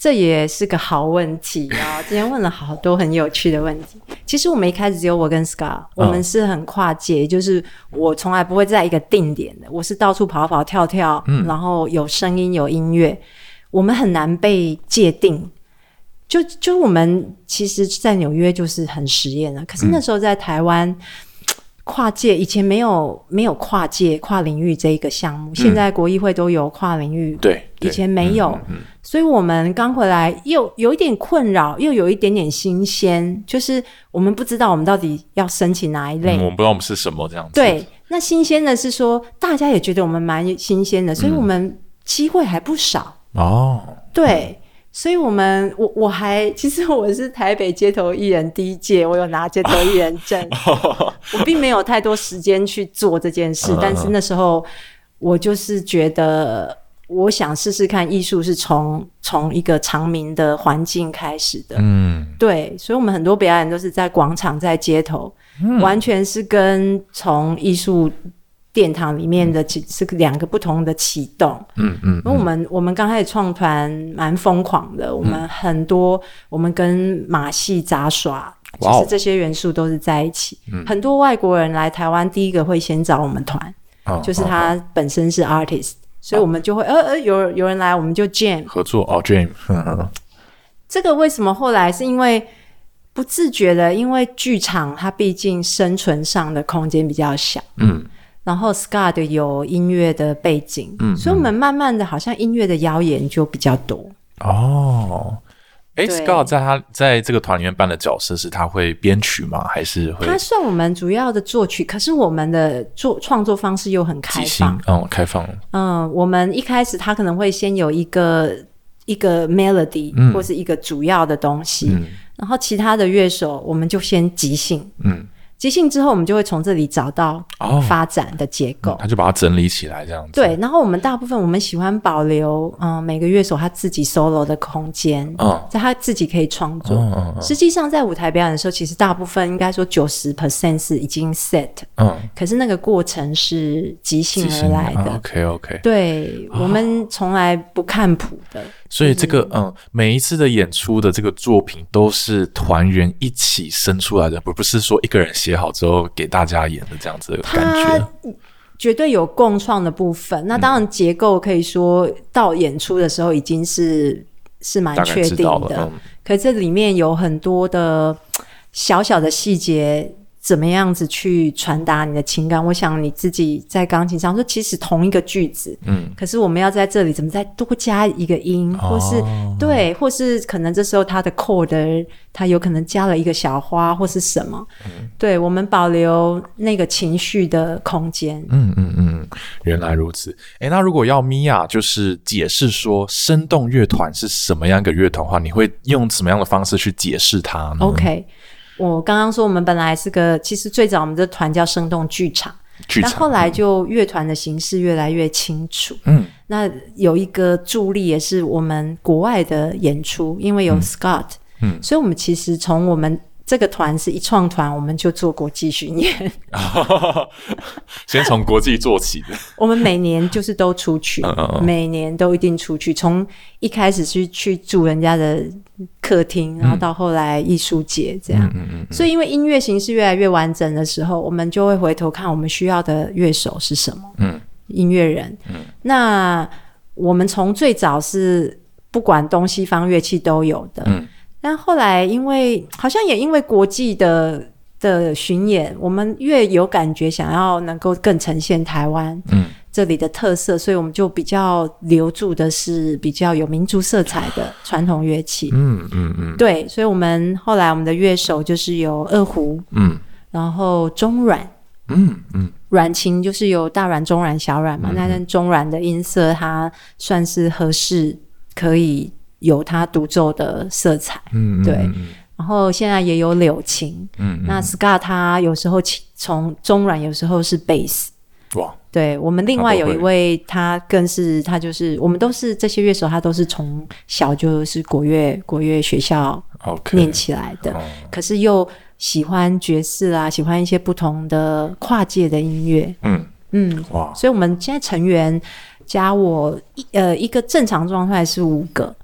这也是个好问题啊！今天问了好多很有趣的问题。其实我们一开始只有我跟 Scott， 我们是很跨界，嗯、就是我从来不会在一个定点的，我是到处跑跑跳跳，嗯、然后有声音有音乐，我们很难被界定。就就我们其实在纽约就是很实验了，可是那时候在台湾、嗯、跨界以前没有没有跨界跨领域这一个项目、嗯、现在国议会都有跨领域， 对， 以前没有、嗯嗯、所以我们刚回来又有一点困扰，又有一点点新鲜，就是我们不知道我们到底要申请哪一类、 嗯、我们不知道我们是什么这样子。 对，那新鲜的是说大家也觉得我们蛮新鲜的，所以我们机会还不少、嗯、哦，对，所以我们我我还其实我是台北街头艺人第一届，我有拿街头艺人证我并没有太多时间去做这件事、嗯、但是那时候我就是觉得我想试试看艺术是从从一个常民的环境开始的，嗯，对，所以我们很多表演都是在广场在街头、嗯、完全是跟从艺术殿堂里面的是两个不同的启动，嗯嗯，因为我们我们刚开始创团蛮疯狂的，我们很多、嗯、我们跟马戏杂耍，就是这些元素都是在一起、嗯、很多外国人来台湾第一个会先找我们团、哦、就是他本身是 artist、哦、所以我们就会呃呃有有人来我们就 jam 合作哦 jam 这个为什么后来是因为不自觉的，因为剧场它毕竟生存上的空间比较小，嗯，然后 Scott 有音乐的背景、嗯、所以我们慢慢的好像音乐的邀演就比较多哦。诶 Scott 在他在这个团里面扮的角色是他会编曲吗？还是会？ 他算我们主要的作曲，可是我们的做创作方式又很开放， 嗯，开放。 嗯，我们一开始他可能会先有一个一个 melody、嗯、或是一个主要的东西、嗯、然后其他的乐手我们就先即兴，嗯，即兴之后我们就会从这里找到发展的结构、 哦嗯、他就把它整理起来这样子。 对，然后我们大部分我们喜欢保留、嗯、每个乐手他自己 solo 的空间、哦、在他自己可以创作、哦哦、实际上在舞台表演的时候其实大部分应该说 百分之九十 是已经 set、哦、可是那个过程是即兴而来的、 哦、OK OK 对、哦、我们从来不看谱的， 所以这个嗯，每一次的演出的这个作品都是团员一起生出来的，不是说一个人写好之后给大家演的这样子的感觉。 它绝对有共创的部分，那当然结构可以说到演出的时候已经是是蛮确定的、嗯、可这里面有很多的小小的细节怎么样子去传达你的情感。我想你自己在钢琴上说其实同一个句子，嗯，可是我们要在这里怎么再多加一个音、哦、或是对，或是可能这时候它的 chord 它有可能加了一个小花或是什么、嗯、对，我们保留那个情绪的空间。 嗯嗯嗯，原来如此。诶，那如果要米娅就是解释说生动乐团是什么样一个乐团的话，你会用什么样的方式去解释它呢？ OK，我刚刚说我们本来是个，其实最早我们的团叫生动剧场，但后来就乐团的形式越来越清楚。嗯，那有一个助力也是我们国外的演出，因为有 Scott， 嗯，所以我们其实从我们这个团是一创团我们就做国际巡演先从国际做起的我们每年就是都出去每年都一定出去，从一开始是去住人家的客厅，然后到后来艺术节这样、嗯嗯嗯嗯、所以因为音乐形式越来越完整的时候，我们就会回头看我们需要的乐手是什么、嗯、音乐人、嗯、那我们从最早是不管东西方乐器都有的、嗯，但后来因为好像也因为国际的的巡演，我们越有感觉想要能够更呈现台湾这里的特色、嗯、所以我们就比较留住的是比较有民族色彩的传统乐器。嗯嗯嗯，对，所以我们后来我们的乐手就是有二胡，嗯，然后中阮，嗯嗯，阮琴就是有大阮、中阮、小阮嘛，嗯嗯，那中阮的音色它算是合适，可以有它独奏的色彩，嗯，对。然后现在也有柳琴，嗯，那 Scott 他有时候从中阮，有时候是 bass。哇，对，我们另外有一位他更是他就是我们都是这些乐手，他都是从小就是国乐国乐学校念起来的， okay, 可是又喜欢爵士啊，喜欢一些不同的跨界的音乐，嗯嗯，哇，所以我们现在成员加我呃一个正常状态是五个。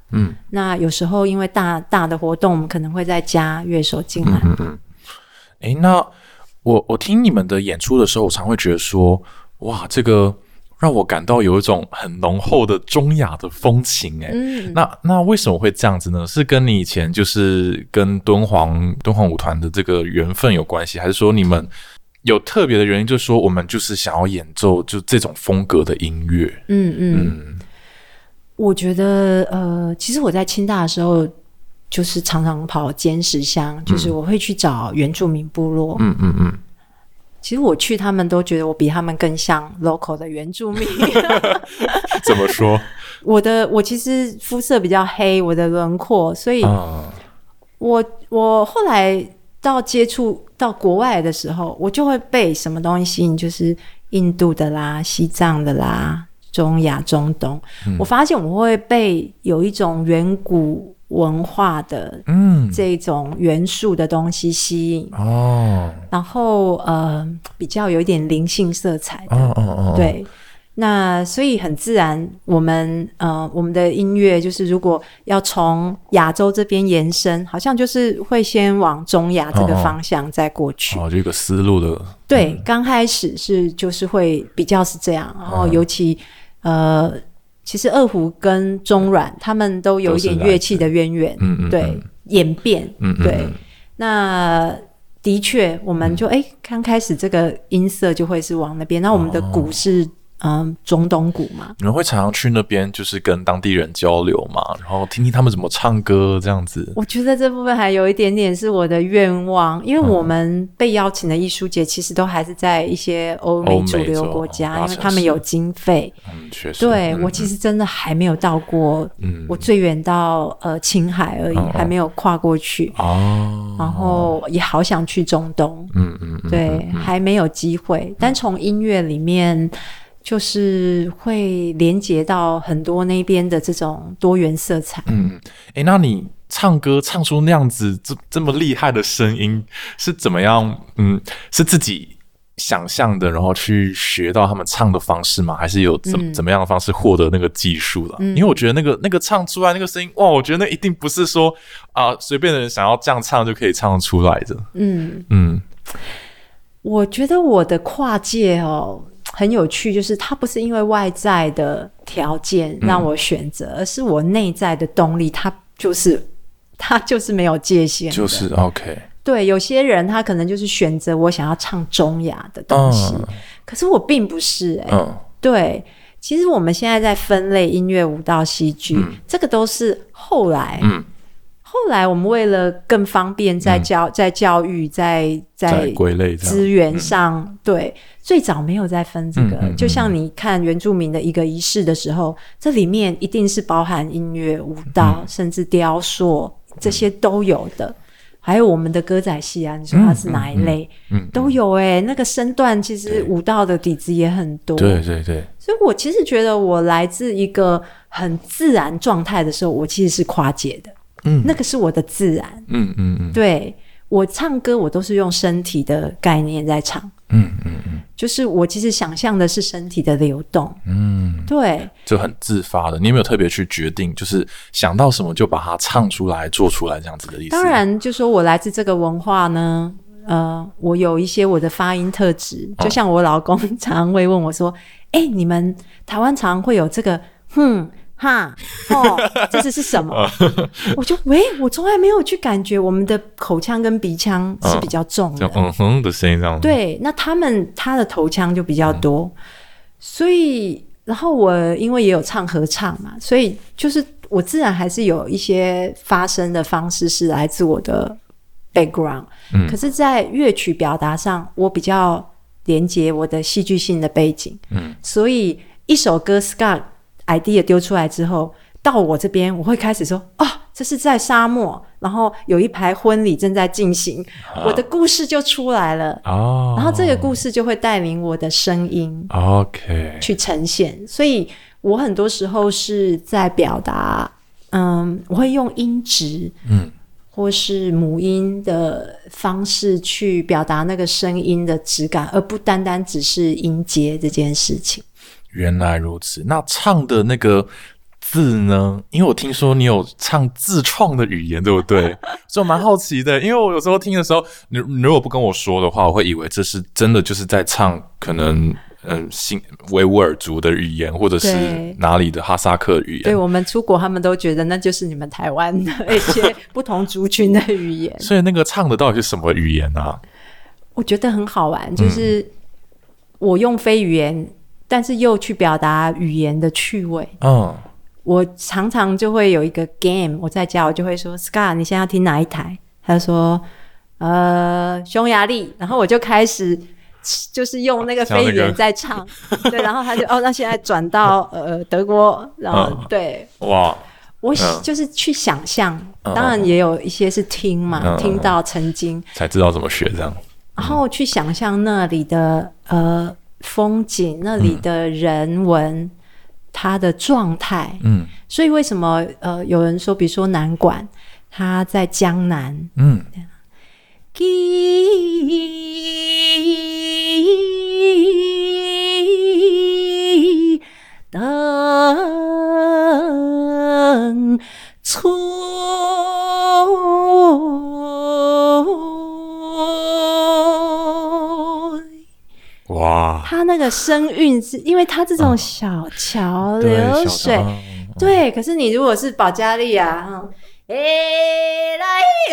嗯，那有时候因为大大的活动，我们可能会再加乐手进来。嗯嗯。 哎，那我我听你们的演出的时候，我常会觉得说，哇，这个让我感到有一种很浓厚的中亚的风情。哎、嗯，那那为什么会这样子呢？是跟你以前就是跟敦煌敦煌舞团的这个缘分有关系，还是说你们有特别的原因，就是说我们就是想要演奏就这种风格的音乐？嗯嗯嗯，我觉得呃，其实我在清大的时候，就是常常跑尖石乡，就是我会去找原住民部落。嗯嗯嗯。其实我去，他们都觉得我比他们更像 local 的原住民。 怎么说？ 我的我其实肤色比较黑，我的轮廓，所以我我后来到接触到国外的时候，我就会被什么东西吸引，就是印度的啦、西藏的啦、中亚、中东。嗯、我发现我会被有一种远古文化的这种元素的东西吸引、嗯、哦，然后呃比较有一点灵性色彩的，哦哦哦，对，那所以很自然，我们呃我们的音乐就是如果要从亚洲这边延伸，好像就是会先往中亚这个方向再过去， 哦，这个思路的， 对，嗯、刚开始是就是会比较是这样，然后尤其、嗯、呃。其实二胡跟中阮他们都有一点乐器的渊源，嗯嗯，对，演变，嗯嗯，对，那的确我们就哎、嗯，刚开始这个音色就会是往那边，那我们的鼓是、哦、嗯中东鼓嘛， 你们会常常去那边就是跟当地人交流嘛，然后听听他们怎么唱歌这样子。 我觉得这部分还有一点点是我的愿望，因为我们被邀请的艺术节其实都还是在一些欧美主流国家，因为他们有经费。嗯，确实。对、嗯、我其实真的还没有到过，嗯，我最远到呃青海而已、哦，还没有跨过去。哦。然后也好想去中东，嗯嗯，对，嗯嗯、还没有机会。但从音乐里面。就是会连接到很多那边的这种多元色彩。 嗯，哎，那你唱歌唱出那样子这这么厉害的声音是怎么样？嗯，是自己想象的，然后去学到他们唱的方式吗？还是有怎、嗯、怎么样的方式获得那个技术了、嗯？因为我觉得那个那个唱出来那个声音，哇，我觉得那一定不是说啊随、呃、便的人想要这样唱就可以唱出来的。嗯嗯， 我觉得我的跨界哦。很有趣，就是它不是因为外在的条件让我选择、嗯、而是我内在的动力，它就是它就是没有界限的， 就是 OK。 对，有些人他可能就是选择我想要唱中亚的东西、嗯、可是我并不是欸、嗯、对，其实我们现在在分类音乐、舞蹈、戏剧、嗯、这个都是后来嗯后来我们为了更方便在教、嗯、在教育在在归类资源上、嗯、对，最早没有在分这个、嗯嗯嗯、就像你看原住民的一个仪式的时候，这里面一定是包含音乐、舞蹈、嗯、甚至雕塑，这些都有的、嗯、还有我们的歌仔戏啊，你说它是哪一类、嗯嗯嗯、都有耶、欸、那个身段其实舞蹈的底子也很多， 对对对， 所以我其实觉得我来自一个很自然状态的时候，我其实是跨界的，嗯，那个是我的自然，嗯嗯嗯，对，我唱歌我都是用身体的概念在唱，嗯嗯嗯，就是我其实想象的是身体的流动，嗯，对， 就很自发的。你有没有特别去决定，就是想到什么就把它唱出来、做出来这样子的意思？ 当然，就说我来自这个文化呢，呃，我有一些我的发音特质，就像我老公常常会问我说：“哎、欸，你们台湾常会有这个，哼。”哈哦，这是是什么？我就喂，我从来没有去感觉我们的口腔跟鼻腔是比较重的， 嗯哼的声音这样子。 对，那他们他的头腔就比较多，嗯、所以然后我因为也有唱合唱嘛，所以就是我自然还是有一些发声的方式是来自我的 background，嗯、可是，在乐曲表达上，我比较连接我的戏剧性的背景，嗯，所以一首歌 Scott idea 丢出来之后，到我这边我会开始说哦，这是在沙漠，然后有一排婚礼正在进行、啊、我的故事就出来了、哦、然后这个故事就会带领我的声音 OK 去呈现，所以我很多时候是在表达嗯，我会用音质嗯，或是母音的方式去表达那个声音的质感，而不单单只是音阶这件事情。 原来如此，那唱的那个字呢？因为我听说你有唱自创的语言，对不对？所以我蛮好奇的，因为我有时候听的时候，你你如果不跟我说的话，我会以为这是真的就是在唱可能嗯新维吾尔族的语言，或者是哪里的哈萨克语言。 对，我们出国他们都觉得那就是你们台湾的一些不同族群的语言。 所以那个唱的到底是什么语言啊？ 我觉得很好玩，就是我用非语言，嗯、但是又去表达语言的趣味。嗯。我常常就会有一个 game， 我在家我就会说 Scar 你现在要听哪一台？他说呃匈牙利，然后我就开始就是用那个非语言在唱，那個、对，然后他就哦那现在转到呃德国，然后、嗯、对，哇，我、嗯、就是去想象，当然也有一些是听嘛，嗯、听到曾经才知道怎么学这样， 然后去想象那里的呃风景，那里的人文。嗯他的状态，嗯，所以为什么呃有人说，比如说南管，他在江南，嗯，灯出， 哇， 他那个声韵是因为他这种小桥流水、嗯、对, 对，可是你如果是保加利亚、嗯欸、来哟、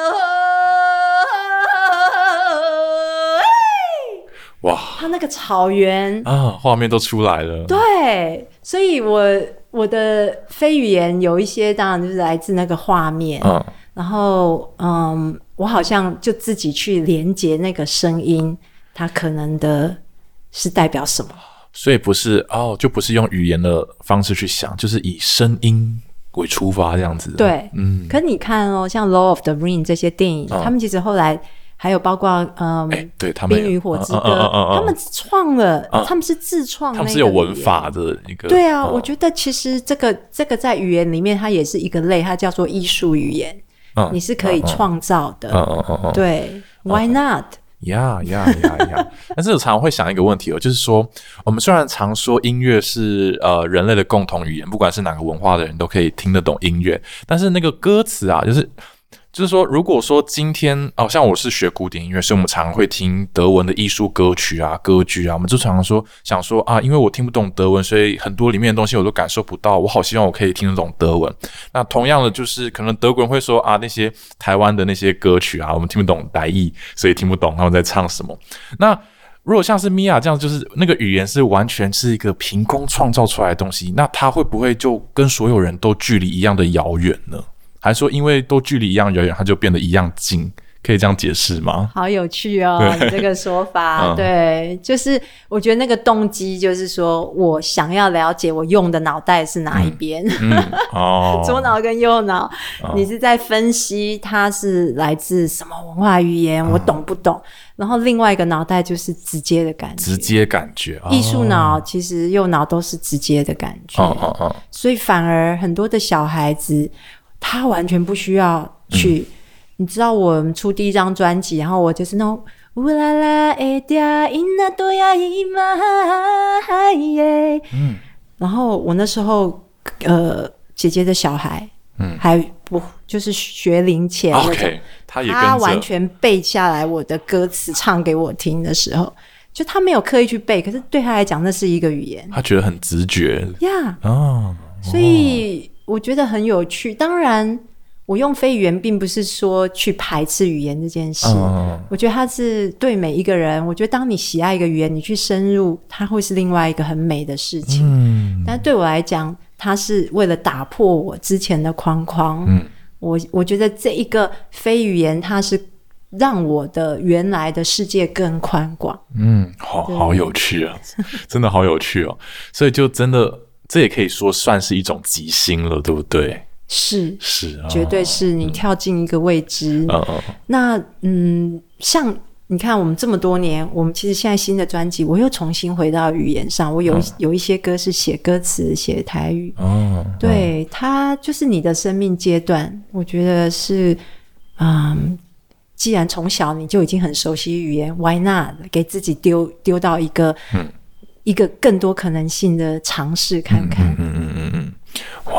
哇，他那个草原啊，画面都出来了， 对，所以我我的非语言有一些当然就是来自那个画面、嗯、然后嗯，我好像就自己去连接那个声音它可能的是代表什么， 所以不是哦，就不是用语言的方式去想，就是以声音为出发这样子。 对，嗯。可是你看哦，像《Lord of the Ring》这些电影、嗯，他们其实后来还有包括嗯，欸、 对他们《 冰与火之歌》嗯嗯嗯嗯，他们创了、嗯，他们是自创那个， 他们是有文法的一个。 对啊、嗯，我觉得其实这个这个在语言里面，它也是一个类，它叫做艺术语言、嗯，你是可以创造的。嗯嗯嗯嗯，对 ，Why not？ 呀呀呀呀！但是我常常会想一个问题哦，就是说，我们虽然常说音乐是呃人类的共同语言，不管是哪个文化的人都可以听得懂音乐，但是那个歌词啊，就是就是说，如果说今天哦，像我是学古典音乐，所以我们常常会听德文的艺术歌曲啊、歌剧啊，我们就常常说想说啊，因为我听不懂德文，所以很多里面的东西我都感受不到。我好希望我可以听得懂德文。那同样的，就是可能德国人会说啊，那些台湾的那些歌曲啊，我们听不懂台语，所以听不懂他们在唱什么。那如果像是米娅这样，就是那个语言是完全是一个凭空创造出来的东西，那它会不会就跟所有人都距离一样的遥远呢？还是说因为都距离一样遥远，它就变得一样近？可以这样解释吗？ 好有趣哦，你这个说法、嗯、对，就是我觉得那个动机就是说我想要了解我用的脑袋是哪一边、嗯嗯哦、左脑跟右脑、哦、你是在分析它是来自什么文化语言、嗯、我懂不懂，然后另外一个脑袋就是直接的感觉， 直接感觉、哦、 艺术脑其实右脑都是直接的感觉、哦哦哦、所以反而很多的小孩子他完全不需要去、嗯，你知道我们出第一张专辑，然后我就是那种乌拉拉诶嗲伊那多呀伊玛嗨耶，嗯，然后我那时候呃姐姐的小孩，嗯，还不就是学龄前那种 ，OK， 他也跟着他完全背下来我的歌词唱给我听的时候，就他没有刻意去背，可是对他来讲那是一个语言， 他觉得很直觉呀， yeah, 哦，所以我觉得很有趣，当然。我用非语言并不是说去排斥语言这件事、嗯、我觉得它是对每一个人，我觉得当你喜爱一个语言你去深入它会是另外一个很美的事情、嗯、但对我来讲它是为了打破我之前的框框、嗯、我, 我觉得这一个非语言它是让我的原来的世界更宽广。 嗯，好好有趣啊真的好有趣哦，所以就真的这也可以说算是一种即兴了，对不对？ 是是、哦、 绝对是你跳进一个未知、嗯、那嗯，像你看我们这么多年，我们其实现在新的专辑我又重新回到语言上，我有、嗯、有一些歌是写歌词写台语、哦、对、嗯、它就是你的生命阶段，我觉得是嗯，既然从小你就已经很熟悉语言 Why not 给自己丢丢到一个、嗯、一个更多可能性的尝试看看。 嗯嗯嗯嗯嗯，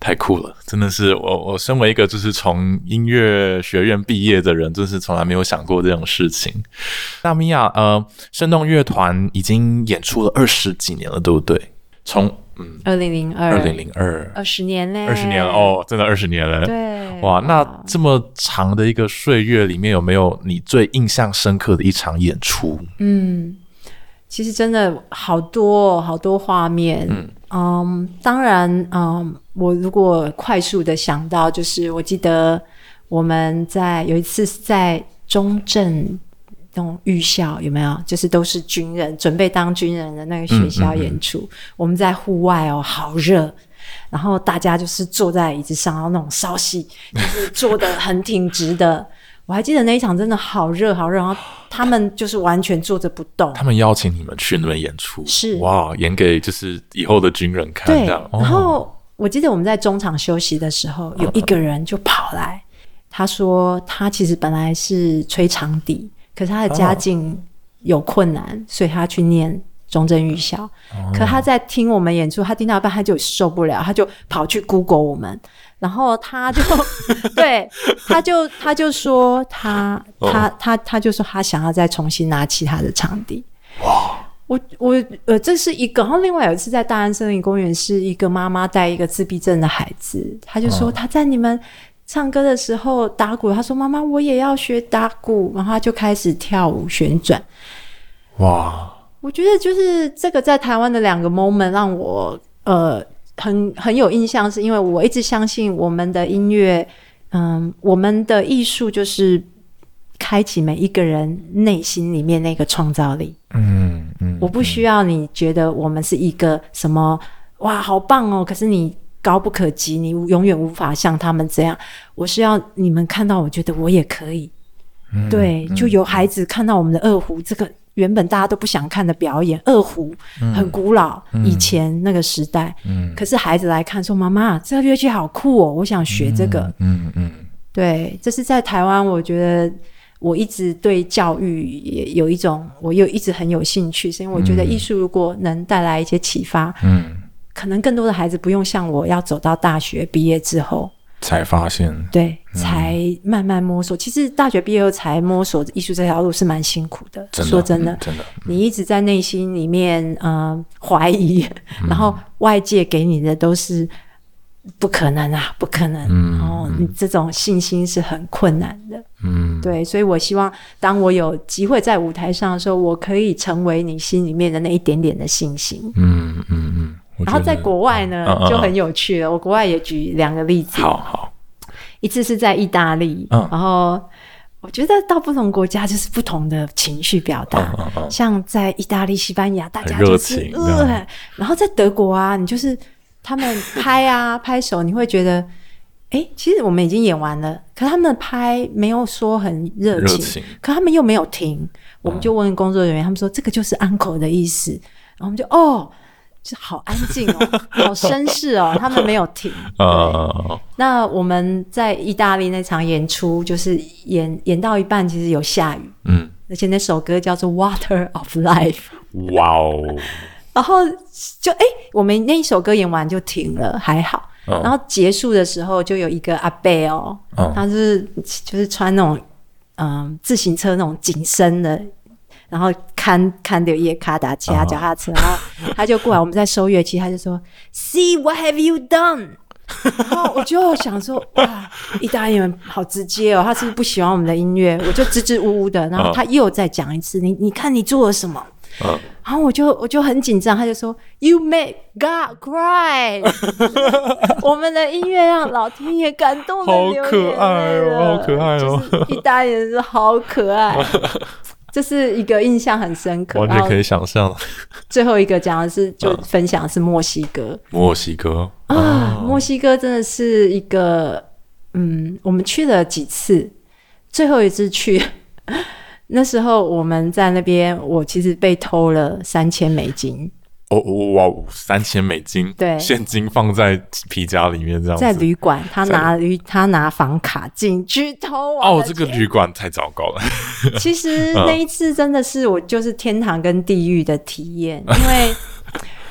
太酷了，真的是我我身为一个就是从音乐学院毕业的人，真是从来没有想过这种事情。那米娅，呃，生动乐团已经演出了二十几年了，对不对？从嗯， 二零零二， 二零零二， 二十年嘞， 二十年了哦，真的二十年了。 对， 哇，那这么长的一个岁月里面，有没有你最印象深刻的一场演出？ 嗯，其实真的好多好多画面。嗯，嗯当然，嗯，我如果快速的想到，就是我记得我们在有一次在中正那种预校，有没有？就是都是军人准备当军人的那个学校演出，嗯嗯嗯我们在户外哦，好热。然后大家就是坐在椅子上，然后那种稍息，就是坐得很挺直的。我还记得那一场真的好热好热，然后他们就是完全坐着不动。 他们邀请你们去那边演出， 是哇，演给就是以后的军人看。 对， 这样、哦、 然后我记得我们在中场休息的时候，有一个人就跑来，他说他其实本来是吹长笛，可是他的家境有困难，哦、所以他去念中正预校。哦、可他在听我们演出，他听到一半他就受不了，他就跑去 Google 我们。然后他就对，他就他就说他他他他就说他想要再重新拿起他的长笛。哇！我我呃，这是一个。然后另外有一次在大安森林公园，是一个妈妈带一个自闭症的孩子，他就说他在你们唱歌的时候打鼓，他说妈妈我也要学打鼓，然后他就开始跳舞旋转。哇！我觉得就是这个在台湾的两个 moment 让我呃。很很有印象，是因为我一直相信我们的音乐，嗯，我们的艺术就是开启每一个人内心里面那个创造力。嗯嗯，我不需要你觉得我们是一个什么哇好棒哦，可是你高不可及，你永远无法像他们这样。我是要你们看到，我觉得我也可以。嗯、对，就有孩子看到我们的二胡这个。原本大家都不想看的表演，二胡很古老、嗯、以前那个时代、嗯、可是孩子来看说妈妈这个乐器好酷哦，我想学这个。嗯嗯嗯，对，这是在台湾我觉得我一直对教育也有一种我又一直很有兴趣，是因为我觉得艺术如果能带来一些启发，嗯，可能更多的孩子不用像我要走到大学毕业之后才发现， 对、嗯、才慢慢摸索。其实大学毕业后才摸索艺术这条路是蛮辛苦的， 真的说真的、 嗯、真的、嗯、 你一直在内心里面呃怀疑、嗯、然后外界给你的都是不可能啊不可能、嗯、哦，你这种信心是很困难的。嗯，对，所以我希望当我有机会在舞台上的时候，我可以成为你心里面的那一点点的信心。嗯嗯嗯。然后在国外呢、嗯嗯、就很有趣了，我国外也举两个例子。 好好， 一次是在意大利、嗯、然后我觉得到不同国家就是不同的情绪表达、嗯嗯嗯、像在意大利西班牙大家就是呃，然后在德国啊你就是他们拍啊拍手你会觉得哎，其实我们已经演完了，可是他们的拍没有说很热 情, 情可他们又没有停，我们就问工作人员、嗯、他们说这个就是 uncle 的意思，然后我们就哦就好安静哦好绅士哦他们没有停、uh... 那我们在意大利那场演出就是演演到一半其实有下雨，嗯，而且那首歌叫做 Water of Life。 哇哦，然后就哎，我们那一首歌演完就停了还好、uh... 然后结束的时候就有一个阿伯哦、uh... 他是就是穿那种嗯自行车那种紧身的，然后看看到叶卡达骑他脚踏车，然后他就过来，我们在收乐器，他就说 See what have you done 然后我就想说哇，意大利人好直接哦，他是不是不喜欢我们的音乐？我就支支吾吾的，然后他又再讲一次，你你看你做了什么？然后我就我就很紧张，他就说 You make God cry 我们的音乐让老天爷感动的流眼泪了， 好可爱哦，好可爱哦， 就是意大利人是好可爱这是一个印象很深刻， 完全可以想象。 最后一个讲的是就分享的是墨西哥、嗯、 墨西哥啊、哦，墨西哥真的是一个嗯，我们去了几次，最后一次去那时候我们在那边，我其实被偷了三千美金。 哦哇，三千美金， 对， 现金放在皮夹里面这样子， 在旅馆，他拿旅他拿房卡进去偷我。 哦，这个旅馆太糟糕了。 其实那一次真的是我就是天堂跟地狱的体验，因为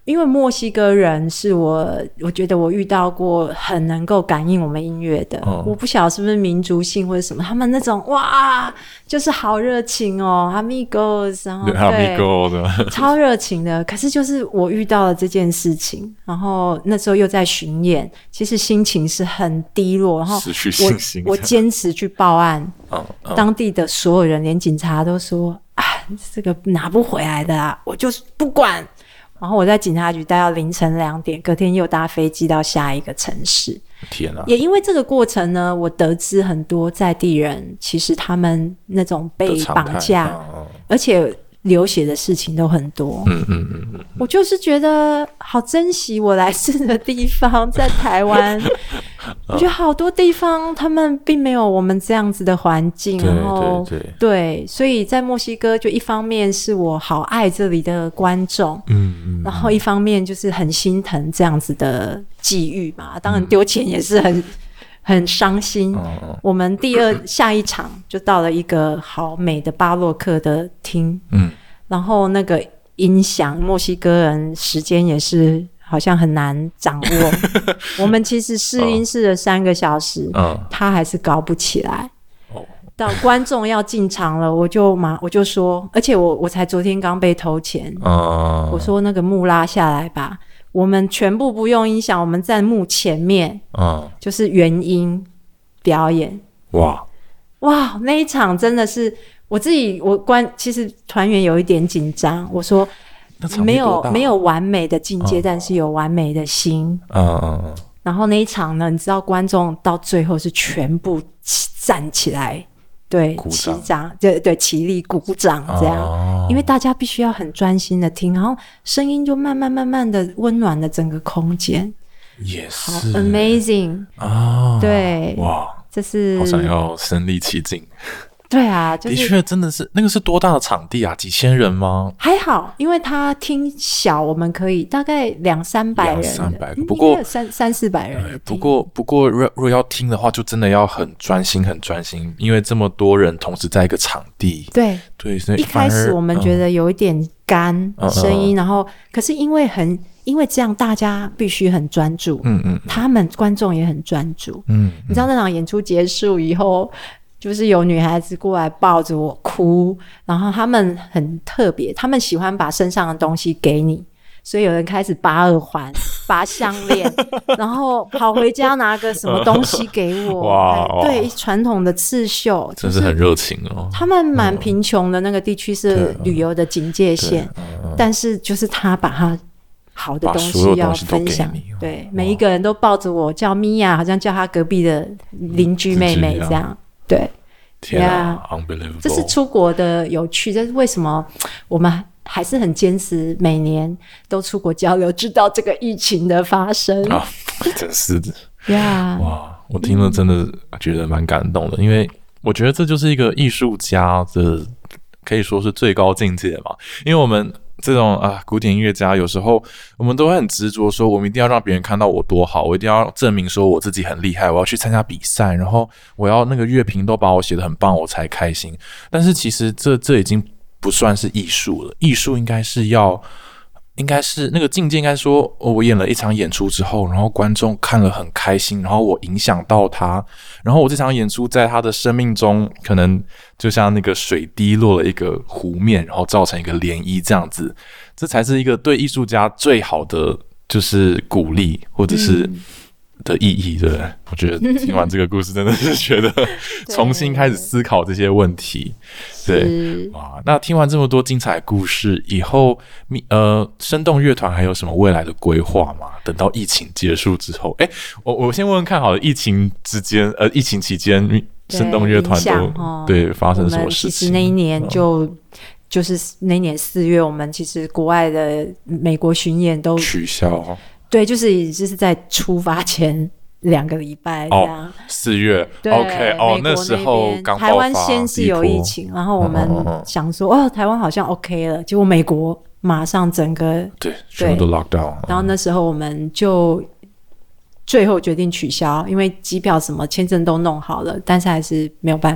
因为墨西哥人是我我觉得我遇到过很能够感应我们音乐的、哦、我不晓得是不是民族性或者什么，他们那种哇就是好热情哦 amigos 然后对 amigos 超热情的。可是就是我遇到了这件事情，然后那时候又在巡演，其实心情是很低落，然后失去信心我我坚持去报案、 哦哦、 当地的所有人连警察都说啊这个拿不回来的啊，我就是不管。然后我在警察局待到凌晨两点，隔天又搭飞机到下一个城市。 天啊！ 也因为这个过程呢，我得知很多在地人其实他们那种被绑架、哦、而且流血的事情都很多。 嗯嗯嗯嗯， 我就是觉得好珍惜我来自的地方，在台湾我觉得好多地方他们并没有我们这样子的环境，然后对对对对，所以在墨西哥就一方面是我好爱这里的观众，嗯嗯，然后一方面就是很心疼这样子的际遇嘛，当然丢钱也是很、嗯、很伤心、嗯、我们第二下一场就到了一个好美的巴洛克的厅，嗯，然后那个音响墨西哥人时间也是好像很难掌握我们其实试音试了三个小时、嗯、他还是搞不起来、哦、到观众要进场了我就马我就说，而且我我才昨天刚被偷钱、嗯、我说那个幕拉下来吧，我们全部不用音响，我们在幕前面、嗯、就是原音表演。 哇哇，那一场真的是我自己我观其实团员有一点紧张，我说没有没有完美的境界、嗯、但是有完美的心。嗯嗯嗯。然后那一场呢，你知道观众到最后是全部站起来，对，齐掌，对对，齐力鼓掌这样、哦，因为大家必须要很专心的听，然后声音就慢慢慢慢的温暖了整个空间。 也是。 好 amazing 啊！ 对， 哇， 这是好想要身临其境。 对啊，就是、 的确真的是那个是多大的场地啊？几千人吗？ 还好，因为他厅小，我们可以大概两三百人，两三百个，不过三三四百人。 不过不过，如果要听的话，就真的要很专心，很专心，因为这么多人同时在一个场地。 对对，所以一开始我们觉得有一点干、嗯、声音，然后可是因为很因为这样，大家必须很专注，嗯嗯，他们观众也很专注，嗯，你知道那场演出结束以后。就是有女孩子过来抱着我哭，然后他们很特别，他们喜欢把身上的东西给你，所以有人开始拔耳环、拔项链，然后跑回家拿个什么东西给我。哇，对，传统的刺绣， 真是很热情哦。 他们蛮贫穷的那个地区是旅游的警戒线，但是就是他把他好的东西要分享，对，每一个人都抱着我，叫米娅，好像叫他隔壁的邻居妹妹这样。对， 天啊 yeah, unbelievable， 这是出国的有趣，这是为什么我们还是很坚持每年都出国交流，直到这个疫情的发生啊，真是的 yeah, 哇，我听了真的觉得蛮感动的、嗯、因为我觉得这就是一个艺术家的可以说是最高境界嘛，因为我们这种啊古典音乐家有时候我们都会很执着说我们一定要让别人看到我多好，我一定要证明说我自己很厉害，我要去参加比赛，然后我要那个乐评都把我写得很棒我才开心。但是其实这这已经不算是艺术了，艺术应该是要应该是那个境界应该说、哦、我演了一场演出之后，然后观众看了很开心，然后我影响到他，然后我这场演出在他的生命中可能就像那个水滴落了一个湖面，然后造成一个涟漪这样子，这才是一个对艺术家最好的就是鼓励或者是的意义，对不对？我觉得听完这个故事真的是觉得重新开始思考这些问题。对，哇，那听完这么多精彩故事以后，呃，生动乐团还有什么未来的规划吗？等到疫情结束之后，哎，我我先问问看好了，疫情之间，呃，疫情期间，生动乐团都 对,、哦、对发生什么事情？ 其实那一年就、嗯、就是那一年四月，我们其实国外的美国巡演都取消。 对，就是就是在出发前两个礼拜这样。哦， 四月 ，OK， 哦，那时候刚爆发， 台湾先是有疫情，然后我们想说，哦，台湾好像 OK 了，结果美国马上整个对全部都 lock down， 然后那时候我们就最后决定取消，因为机票什么签证都弄好了，但是还是没有办法。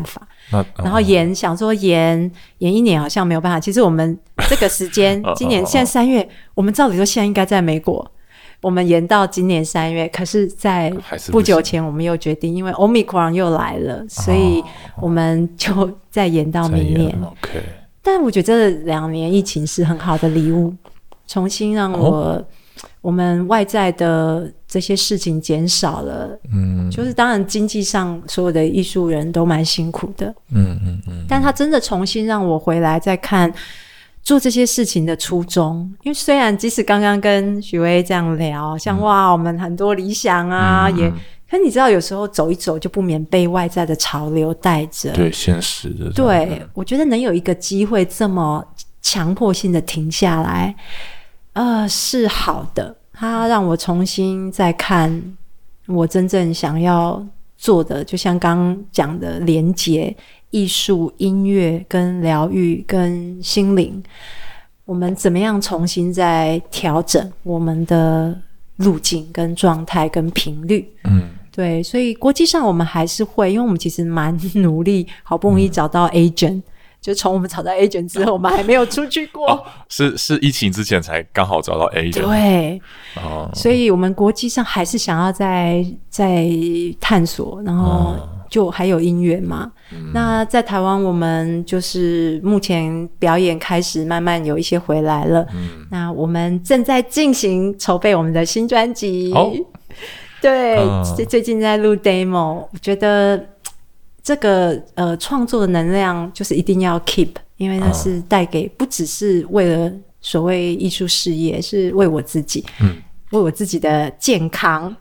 然后延想说延延一年好像没有办法。其实我们这个时间，今年现在三月，我们照理说现在应该在美国，我们延到今年三月，可是在不久前我们又决定，因为 Omicron 又来了，所以我们就再延到明年。 OK。 但我觉得这两年疫情是很好的礼物，重新让我、哦、我们外在的这些事情减少了。嗯，就是当然经济上所有的艺术人都蛮辛苦的。嗯嗯嗯。但他真的重新让我回来再看做这些事情的初衷。因为虽然即使刚刚跟许巍这样聊，像、嗯、哇我们很多理想啊，嗯、也。可你知道有时候走一走就不免被外在的潮流带着， 对现实的。 对，我觉得能有一个机会这么强迫性的停下来呃，是好的，它让我重新再看我真正想要做的，就像刚刚讲的连结艺术、音乐跟疗愈跟心灵，我们怎么样重新再调整我们的路径跟状态跟频率。嗯，对，所以国际上我们还是会，因为我们其实蛮努力，好不容易找到 agent、嗯、就从我们找到 agent 之后我们还没有出去过、哦、 是是疫情之前才刚好找到 agent。 对、哦、所以我们国际上还是想要再再探索，然后就还有音乐嘛、嗯、那在台湾我们就是目前表演开始慢慢有一些回来了、嗯、那我们正在进行筹备我们的新专辑、哦对、嗯、最近在录 demo， 我觉得这个呃创作的能量就是一定要 keep， 因为那是带给不只是为了所谓艺术事业，是为我自己、嗯、为我自己的健康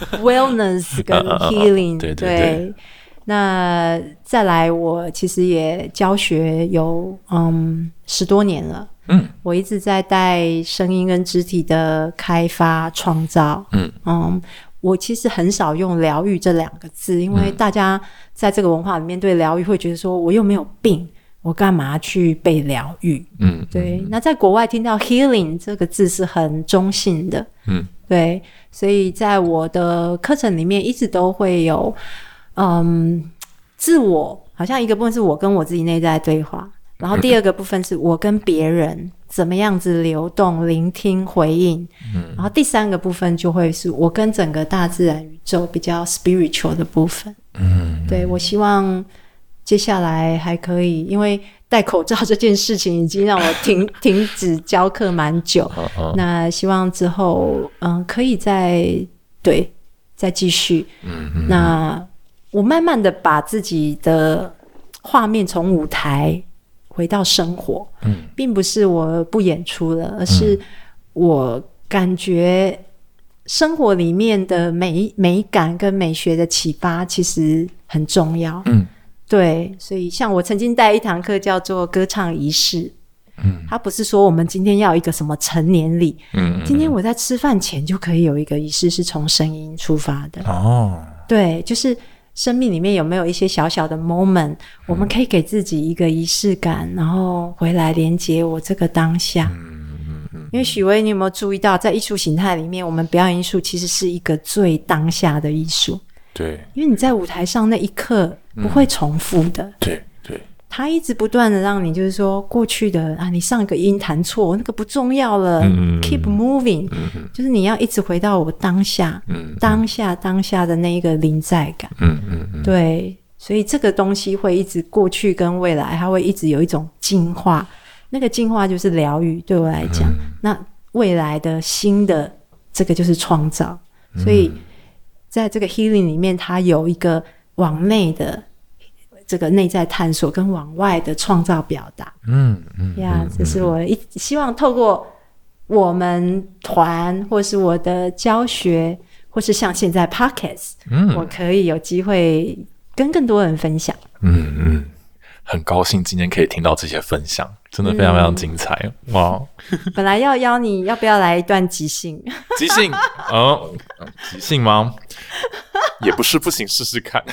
wellness 跟 healing、嗯、对对对。对，那再来我其实也教学有嗯十多年了，嗯，我一直在带声音跟肢体的开发创造，嗯嗯。我其实很少用疗愈这两个字，因为大家在这个文化里面对疗愈会觉得说我又没有病，我干嘛去被疗愈。嗯，对、嗯、那在国外听到 healing 这个字是很中性的。嗯，对，所以在我的课程里面一直都会有嗯，自我好像一个部分是我跟我自己内在对话，然后第二个部分是我跟别人怎么样子流动、聆听、回应、嗯、然后第三个部分就会是我跟整个大自然宇宙比较 spiritual 的部分。嗯，对，我希望接下来还可以，因为戴口罩这件事情已经让我停停止教课蛮久、哦哦、那希望之后嗯可以再对再继续。嗯嗯，那我慢慢的把自己的画面从舞台回到生活、嗯、并不是我不演出了，而是我感觉生活里面的美美感跟美学的启发其实很重要。嗯，对，所以像我曾经带一堂课叫做歌唱仪式，嗯，它不是说我们今天要有一个什么成年礼，嗯，今天我在吃饭前就可以有一个仪式是从声音出发的。哦，对，就是生命里面有没有一些小小的 moment、嗯、我们可以给自己一个仪式感，然后回来连接我这个当下。嗯嗯嗯。因为许巍，你有没有注意到在艺术形态里面，我们表演艺术其实是一个最当下的艺术。对，因为你在舞台上那一刻不会重复的。嗯、对对，它一直不断的让你就是说过去的啊，你上一个音弹错那个不重要了、嗯、keep moving、嗯、就是你要一直回到我当下、嗯、当下当下的那一个临在感。嗯嗯嗯，对，所以这个东西会一直过去跟未来它会一直有一种进化，那个进化就是疗愈对我来讲、嗯、那未来的新的这个就是创造、嗯、所以在这个 healing 里面它有一个往内的这个内在探索跟往外的创造表达。嗯嗯呀，这是我一希望透过我们团或是我的教学或是像现在 podcast、嗯、我可以有机会跟更多人分享。嗯嗯， 很高兴今天可以听到这些分享，真的非常非常精彩、嗯、哇！ 本来要邀你要不要来一段即兴？ 即兴哦，即兴吗？也不是不行，试试看。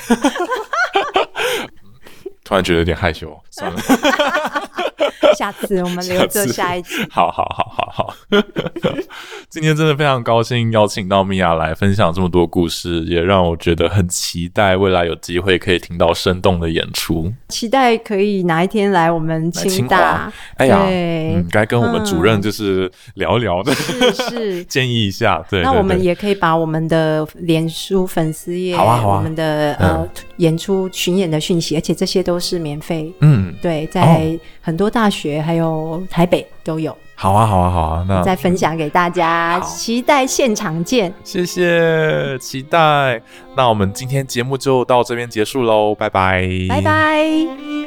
突然觉得有点害羞，算了。 下次我们留着下一集。 好好好好好。 今天真的非常高兴邀请到米娅来分享这么多故事，也让我觉得很期待未来有机会可以听到生动的演出， 期待可以哪一天来我们清大。 哎呀，嗯，该跟我们主任就是聊一聊的， 嗯、是, 是建议一下。对， 那我们也可以把我们的脸书粉丝页， 好啊好啊， 我们的、嗯、呃演出巡演的讯息，而且这些都是免费。 嗯， 对，在很多大学还有台北都有。 好啊好啊好啊，那再分享给大家，期待现场见。 谢谢，期待。那我们今天节目就到这边结束咯，拜拜， 拜拜。